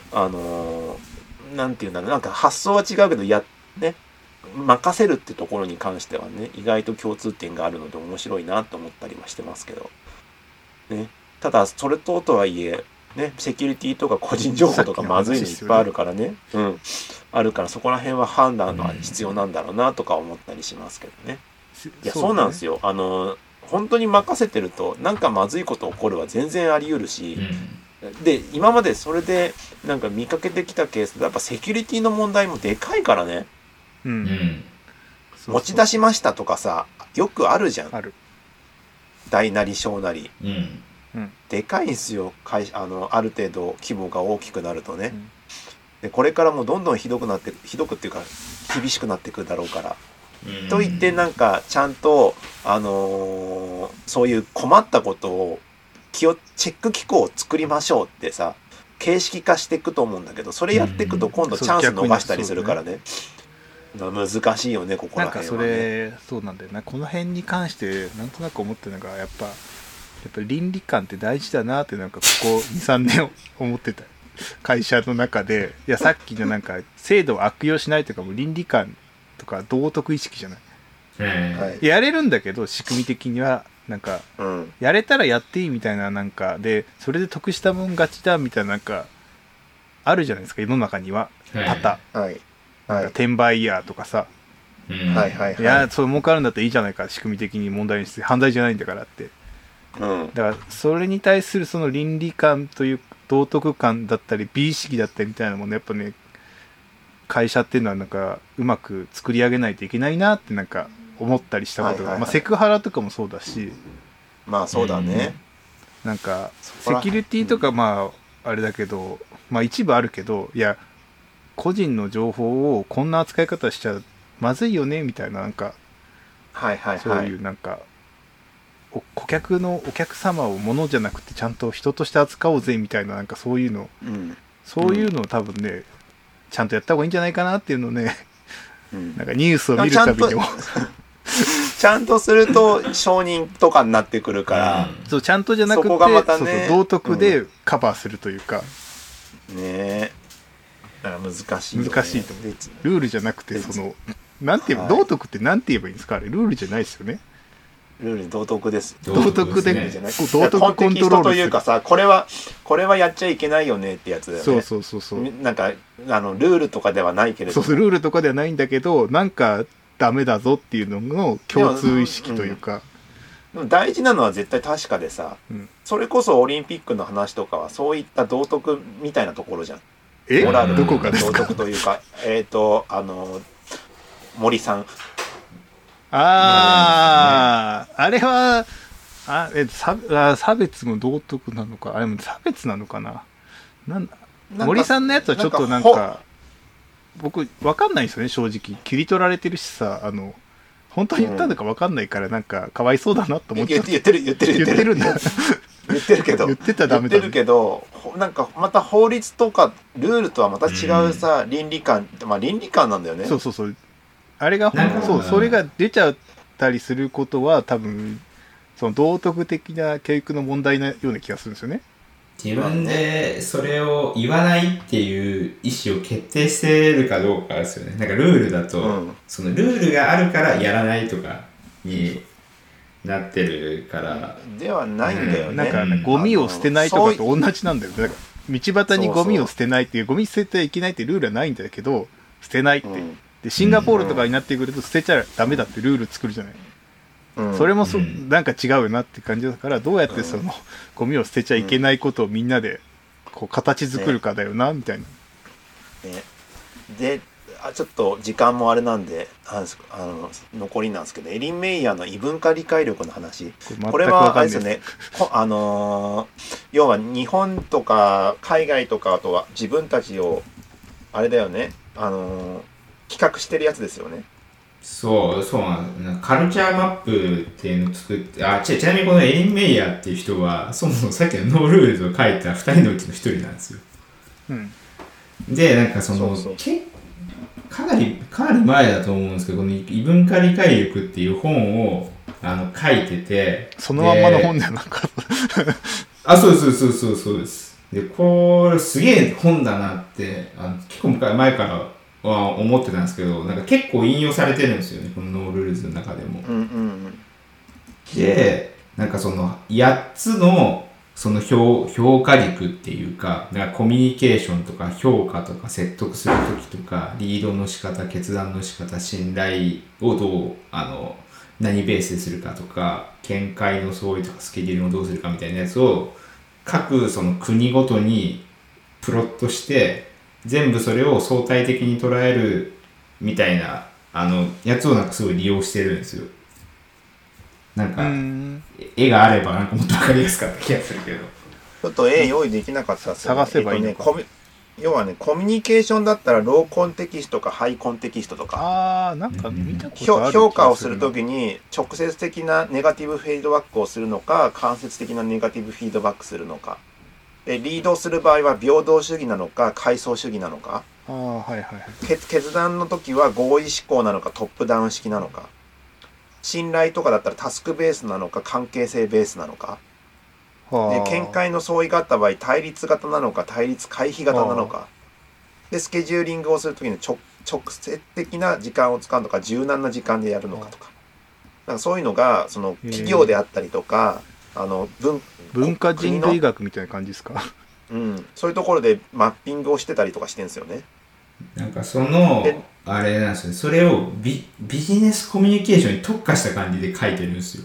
なんていうんだろう、なんか発想は違うけど任せるってところに関してはね意外と共通点があるので面白いなと思ったりはしてますけどね。ただそれとはいえね、セキュリティとか個人情報とかまずいのいっぱいあるからね、うん、あるからそこら辺は判断が必要なんだろうなとか思ったりしますけどね。いやそうなんですよ。本当に任せてるとなんかまずいこと起こるは全然あり得るし、で今までそれでなんか見かけてきたケースでやっぱセキュリティの問題もでかいからね、持ち出しましたとかさよくあるじゃん。 ある。 大なり小なり、でかいんですよ。ある程度規模が大きくなるとね、でこれからもどんどんひどくっていうか厳しくなってくるだろうから、と言ってなんかちゃんとそういう困ったことをチェック機構を作りましょうってさ形式化していくと思うんだけど、それやっていくと今度チャンス逃したりするからね、難しいよねここら辺はね。 なんかそれそうなんだよな。この辺に関してなんとなく思ってるのがやっぱ倫理観って大事だなってなんかここ 2,3 年思ってた会社の中で、いやさっきのなんか制度を悪用しないとかも倫理観とか道徳意識じゃない、やれるんだけど仕組み的にはなんか、やれたらやっていいみたいななんかでそれで得したもん勝ちだみたいななんかあるじゃないですか世の中には多々、なんか転売ヤーとかさ、いやそう儲かるんだったらいいじゃないか仕組み的に問題にして犯罪じゃないんだからって、だからそれに対するその倫理観という道徳観だったり美意識だったりみたいなものやっぱね会社っていうのはなんかうまく作り上げないといけないなってなんか思ったりしたことが、セクハラとかもそうだし、 まあそうだね、 なんかセキュリティとかまああれだけど、まあ一部あるけど、いや個人の情報をこんな扱い方しちゃまずいよねみたいななんか、そういうなんかお客様を物じゃなくてちゃんと人として扱おうぜみたいななんかそういうの、そういうのを多分ねちゃんとやった方がいいんじゃないかなっていうのをね、なんかニュースを見るたびにもちゃんとすると承認とかになってくるから、 そうちゃんとじゃなくて、 そこがまたね、 そう道徳でカバーするというか、 ねえだから難しいよね。 難しいと思う。ルールじゃなくてそのなんて言えば、道徳ってなんて言えばいいんですかあれルールじゃないですよね。 ルール道徳です。 道徳で道徳コントロールというかさ、これはやっちゃいけないよねってやつだよね。 そうなんかルールとかではないけれど、 そうルールとかではないんだけど、なんかダメだぞっていうのの共通意識というか、 でも大事なのは絶対確かでさ、それこそオリンピックの話とかはそういった道徳みたいなところじゃん。モラルどこかですか。 道徳というか森さん、 あれは差別も道徳なのか、あれも差別なのかな。森さんのやつはちょっとなんか僕分かんないんですよね正直。切り取られてるしさ、本当に言ったのか分かんないからなんかかわいそうだなと思っちゃって。 言ってるんだ言ってるけど言ってたらダメだ、ね、 言ってるけど、なんかまた法律とかルールとはまた違うさ、倫理観、まあ倫理観なんだよね。 そうあれがそれが出ちゃったりすることは多分その道徳的な教育の問題なような気がするんですよね。 自分でそれを言わないっていう意思を決定してるかどうかですよね。なんかルールだと、そのルールがあるからやらないとかになってるからではないんだよね。 なんか、ゴミを捨てないとかと同じなんだよね。だから道端にゴミを捨てないっていうゴミ捨ててはいけないっていうルールはないんだけど捨てないって、でシンガポールとかになってくると捨てちゃダメだってルール作るじゃない。それもなんか違うよなって感じだから、どうやってそのゴミを捨てちゃいけないことをみんなでこう形作るかだよな、みたいな。 でちょっと時間もあれなんで残りなんですけど、エリン・メイヤーの異文化理解力の話、これはあれですよね。要は日本とか海外とかあとは自分たちをあれだよね、企画してるやつですよね。 そうなんカルチャーマップっていうのを作って、ちなみにこのエリン・メイヤーっていう人はそもそもさっきのノールールズを書いた2人のうちの1人なんですよ。でなんかかなり前だと思うんですけど、この異文化理解力っていう本を書いてて、 そのまんまの本じゃなかったそうです。でこれすげえ本だなって結構前からは思ってたんですけど、なんか結構引用されてるんですよね、このノールールズの中でも。でなんかその8つのその評価軸っていうか、だからコミュニケーションとか評価とか説得するときとか、リードの仕方、決断の仕方、信頼をどう、何ベースでするかとか、見解の相違とかスケジュールをどうするかみたいなやつを、各その国ごとにプロットして、全部それを相対的に捉えるみたいな、やつをなんかすごい利用してるんですよ。なんか絵があればなんかもっと分かりやすかった気がするけど、 ちょっと絵用意できなかったっすよね。 探せばいいのか、 要はね、コミュニケーションだったらローコンテキストかハイコンテキストとか、 なんか見たことある評価をするときに直接的なネガティブフィードバックをするのか、間接的なネガティブフィードバックするのかで、リードする場合は平等主義なのか階層主義なのか、 はいはい、 決断の時は合意思考なのかトップダウン式なのか、信頼とかだったらタスクベースなのか関係性ベースなのかで、見解の相違があった場合対立型なのか対立回避型なのかで、スケジューリングをするときに直接的な時間を使うのか柔軟な時間でやるのかとか、なんかそういうのがその企業であったりとか、 文化人類学みたいな感じですかそういうところでマッピングをしてたりとかしてるんですよね。 なんかそのあれなんですよ、それをビジネスコミュニケーションに特化した感じで書いてるんですよ。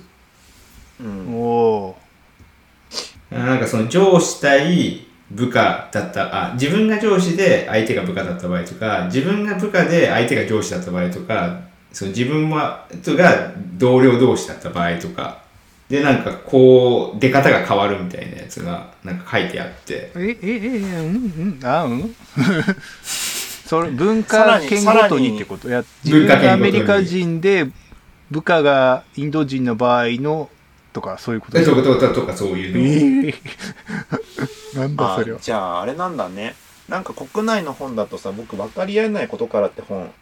なんかその上司対部下だった自分が上司で相手が部下だった場合とか、自分が部下で相手が上司だった場合とか、その自分が同僚同士だった場合とかで、なんかこう出方が変わるみたいなやつがなんか書いてあって、それ文化圏ごとにってことや、自分がアメリカ人で部下がインド人の場合のとかそういうことですかとかそういうの、なんだそれは。 じゃああれなんだね。なんか国内の本だとさ、僕分かり合えないことからって本、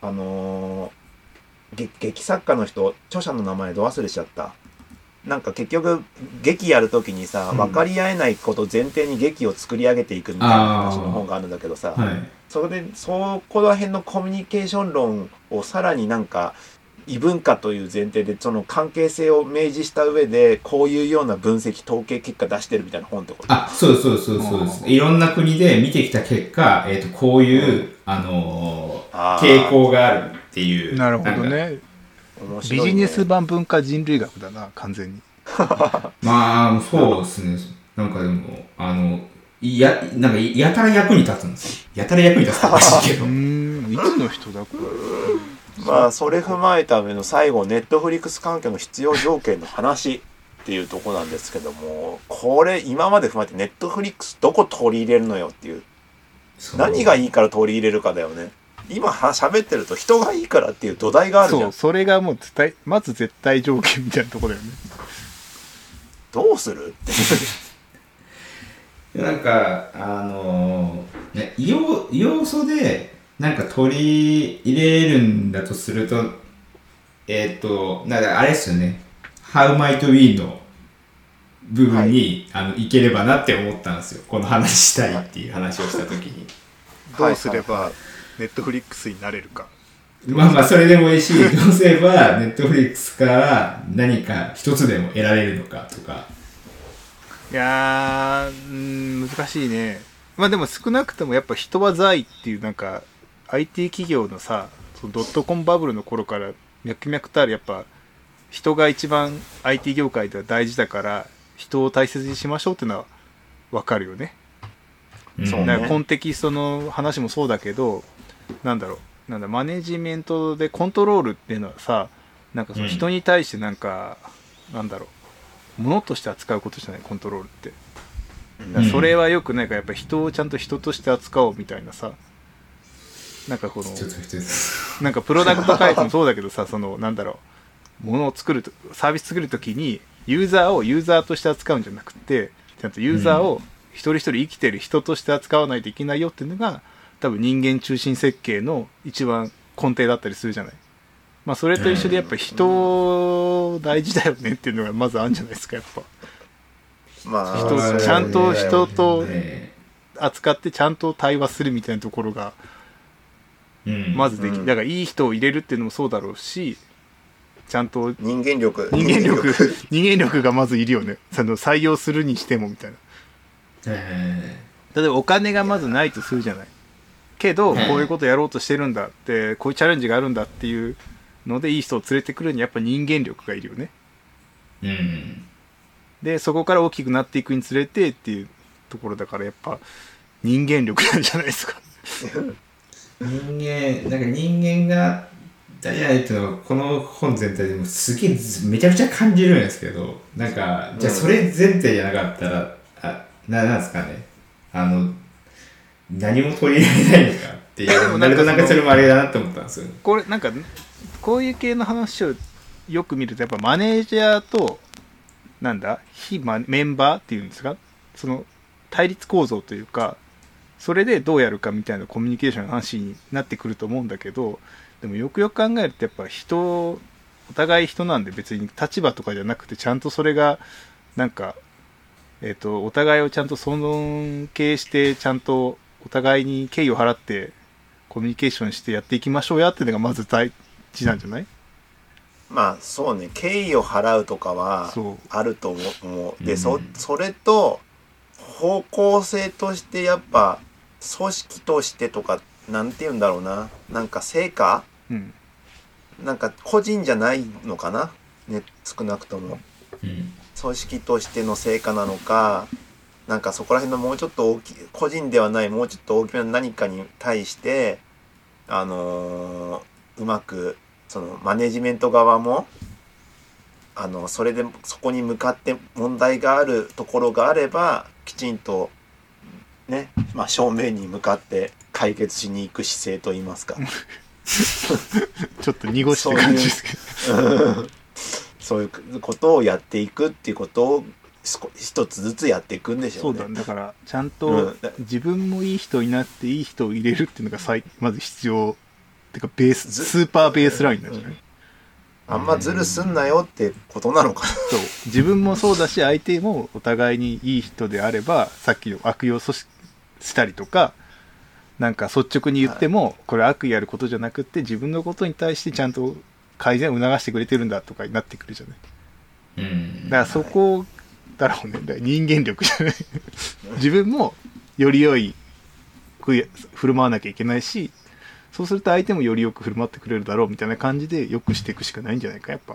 劇作家の人、著者の名前ど忘れしちゃった。なんか結局劇やるときにさ、分かり合えないこと前提に劇を作り上げていくみたいな話の本があるんだけどさ、それでそこら辺のコミュニケーション論をさらになんか異文化という前提でその関係性を明示した上でこういうような分析統計結果出してるみたいな本ってこと？ そうです。いろんな国で見てきた結果、こういう、傾向があるっていう。 なるほどね。ビジネス版文化人類学だな、完全に。 まあそうですね。なんかでもなんかやたら役に立つんですよ。やたら役に立つかもしれないけど。 いつの人だこれ。 まあそれ踏まえた上の最後ネットフリックス関係の必要条件の話っていうとこなんですけども、これ今まで踏まえてネットフリックスどこ取り入れるのよっていう、何がいいから取り入れるかだよね。今喋ってると人がいいからっていう土台があるじゃん。 それがもうまず絶対条件みたいなところだよね。 どうするってなんか要素でなんか取り入れるんだとすると、なんかあれですよね、How might we の部分に、いければなって思ったんですよ。この話したいっていう話をしたときに。 どうすればネットフリックスになれるか。 まあそれでもいいし、どうすればネットフリックスから何か一つでも得られるのかとか。 いやー、難しいね。まあでも少なくともやっぱ人は財っていうなんか IT 企業のさ、そのドットコムバブルの頃から脈々とあるやっぱ人が一番 IT 業界では大事だから人を大切にしましょうっていうのは分かるよね。そうね。だからコンテキストの話もそうだけど、マネジメントでコントロールっていうのはさ、なんかその人に対してなんか、物として扱うことじゃない、コントロールって。だからそれはよくないから、やっぱ人をちゃんと人として扱おうみたいなさ、なんかこのなんかプロダクト開発もそうだけどさ、物を作るとサービス作るときにユーザーをユーザーとして扱うんじゃなくて、ちゃんとユーザーを一人一人生きてる人として扱わないといけないよっていうのが多分人間中心設計の一番根底だったりするじゃない。まあそれと一緒でやっぱ人大事だよねっていうのがまずあるんじゃないですか、やっぱ。まあ、ちゃんと人と扱ってちゃんと対話するみたいなところがまずできる。だからいい人を入れるっていうのもそうだろうし、ちゃんと人間力がまずいるよね。採用するにしてもみたいな。 例えばお金がまずないとするじゃないけど、こういうことやろうとしてるんだってこういうチャレンジがあるんだっていうのでいい人を連れてくるにはやっぱ人間力がいるよね。でそこから大きくなっていくにつれてっていうところだからやっぱ人間力なんじゃないですか。 なんか人間が大事ないっていうのはこの本全体でもすげえめちゃくちゃ感じるんですけど、なんかじゃあそれ前提じゃなかったらなんですかね、何も取り入れられないのかっていうなるとなんかそれもあれだなって思ったんですよ。 これなんかこういう系の話をよく見るとやっぱマネージャーとなんだメンバーっていうんですか、その対立構造というかそれでどうやるかみたいなコミュニケーションの話になってくると思うんだけど、でもよくよく考えるとやっぱお互い人なんで別に立場とかじゃなくてちゃんとそれがなんかお互いをちゃんと尊敬してちゃんとお互いに敬意を払ってコミュニケーションしてやっていきましょうやっていうのがまず大事なんじゃない？ まあそうね、敬意を払うとかはあると思う。で、それと方向性としてやっぱ組織としてとかなんて言うんだろうな、なんか成果、なんか個人じゃないのかな、ね、少なくとも、組織としての成果なのか、なんかそこら辺のもうちょっと大きい個人ではないもうちょっと大きめの何かに対してうまくそのマネジメント側もそれでそこに向かって問題があるところがあればきちんとね、まあ、正面に向かって解決しに行く姿勢といいますかちょっと濁してる感じですけどそういうことをやっていくっていうことを一つずつやっていくんでしょうね。 そうだからちゃんと自分もいい人になっていい人を入れるっていうのがまず必要ってかスーパーベースラインなんじゃない？ あんまズルすんなよってことなのかな。 そう自分もそうだし相手もお互いにいい人であればさっきの悪用したりとかなんか率直に言ってもこれ悪意やることじゃなくって自分のことに対してちゃんと改善を促してくれてるんだとかになってくるじゃない。だからそこだろうね。だから人間力じゃない自分もより良い振る舞わなきゃいけないし、そうすると相手もよりよく振る舞ってくれるだろうみたいな感じでよくしていくしかないんじゃないかやっぱ。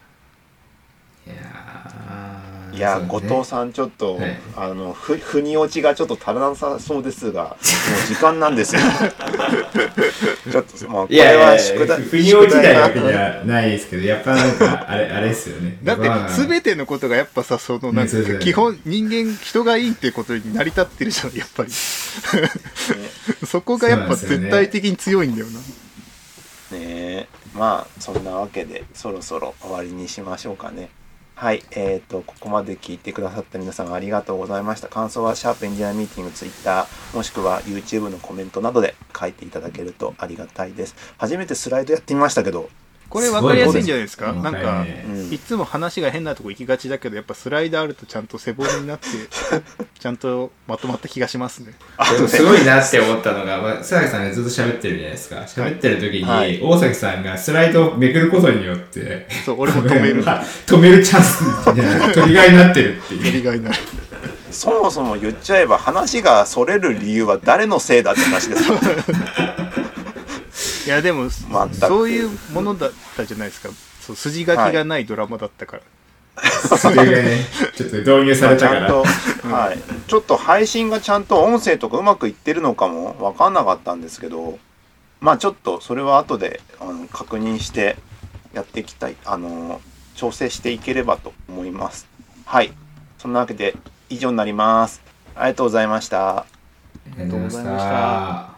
いや後藤さんちょっと、はい、腑に落ちがちょっと足らなさそうですがもう時間なんですよちょっともうこれは宿題腑に落ちないわけじゃないですけどやっぱなんかあれですよね。 だって全てのことがやっぱさそのなんか基本人がいいっていうことに成り立ってるじゃんやっぱりそこがやっぱ絶対的に強いんだよな。 ねえ、まあそんなわけでそろそろ終わりにしましょうかね。はい、ここまで聞いてくださった皆さんありがとうございました。感想はシャープエンジニアミーティングツイッターもしくは YouTube のコメントなどで書いていただけるとありがたいです。初めてスライドやってみましたけどこれ分かりやすいんじゃないですか。なんか、いつも話が変なとこ行きがちだけどやっぱスライドあるとちゃんと背骨になってちゃんとまとまった気がしますね。 すごいなって思ったのが、須崎さんがずっと喋ってるじゃないですか。喋ってる時に、はい、大崎さんがスライドをめくることによってそう俺も止める止めるチャンストリガーになってるっていう。 トリガーになる。 そもそも言っちゃえば話がそれる理由は誰のせいだって話ですよいやでもそういうものだったじゃないですか。そう筋書きがないドラマだったから、 はい、それがねちょっと導入されたから、 はい、ちょっと配信がちゃんと音声とかうまくいってるのかも分かんなかったんですけど、まあちょっとそれは後で確認してやっていきたい調整していければと思います。はい、そんなわけで以上になります。ありがとうございました。 ありがとうございました。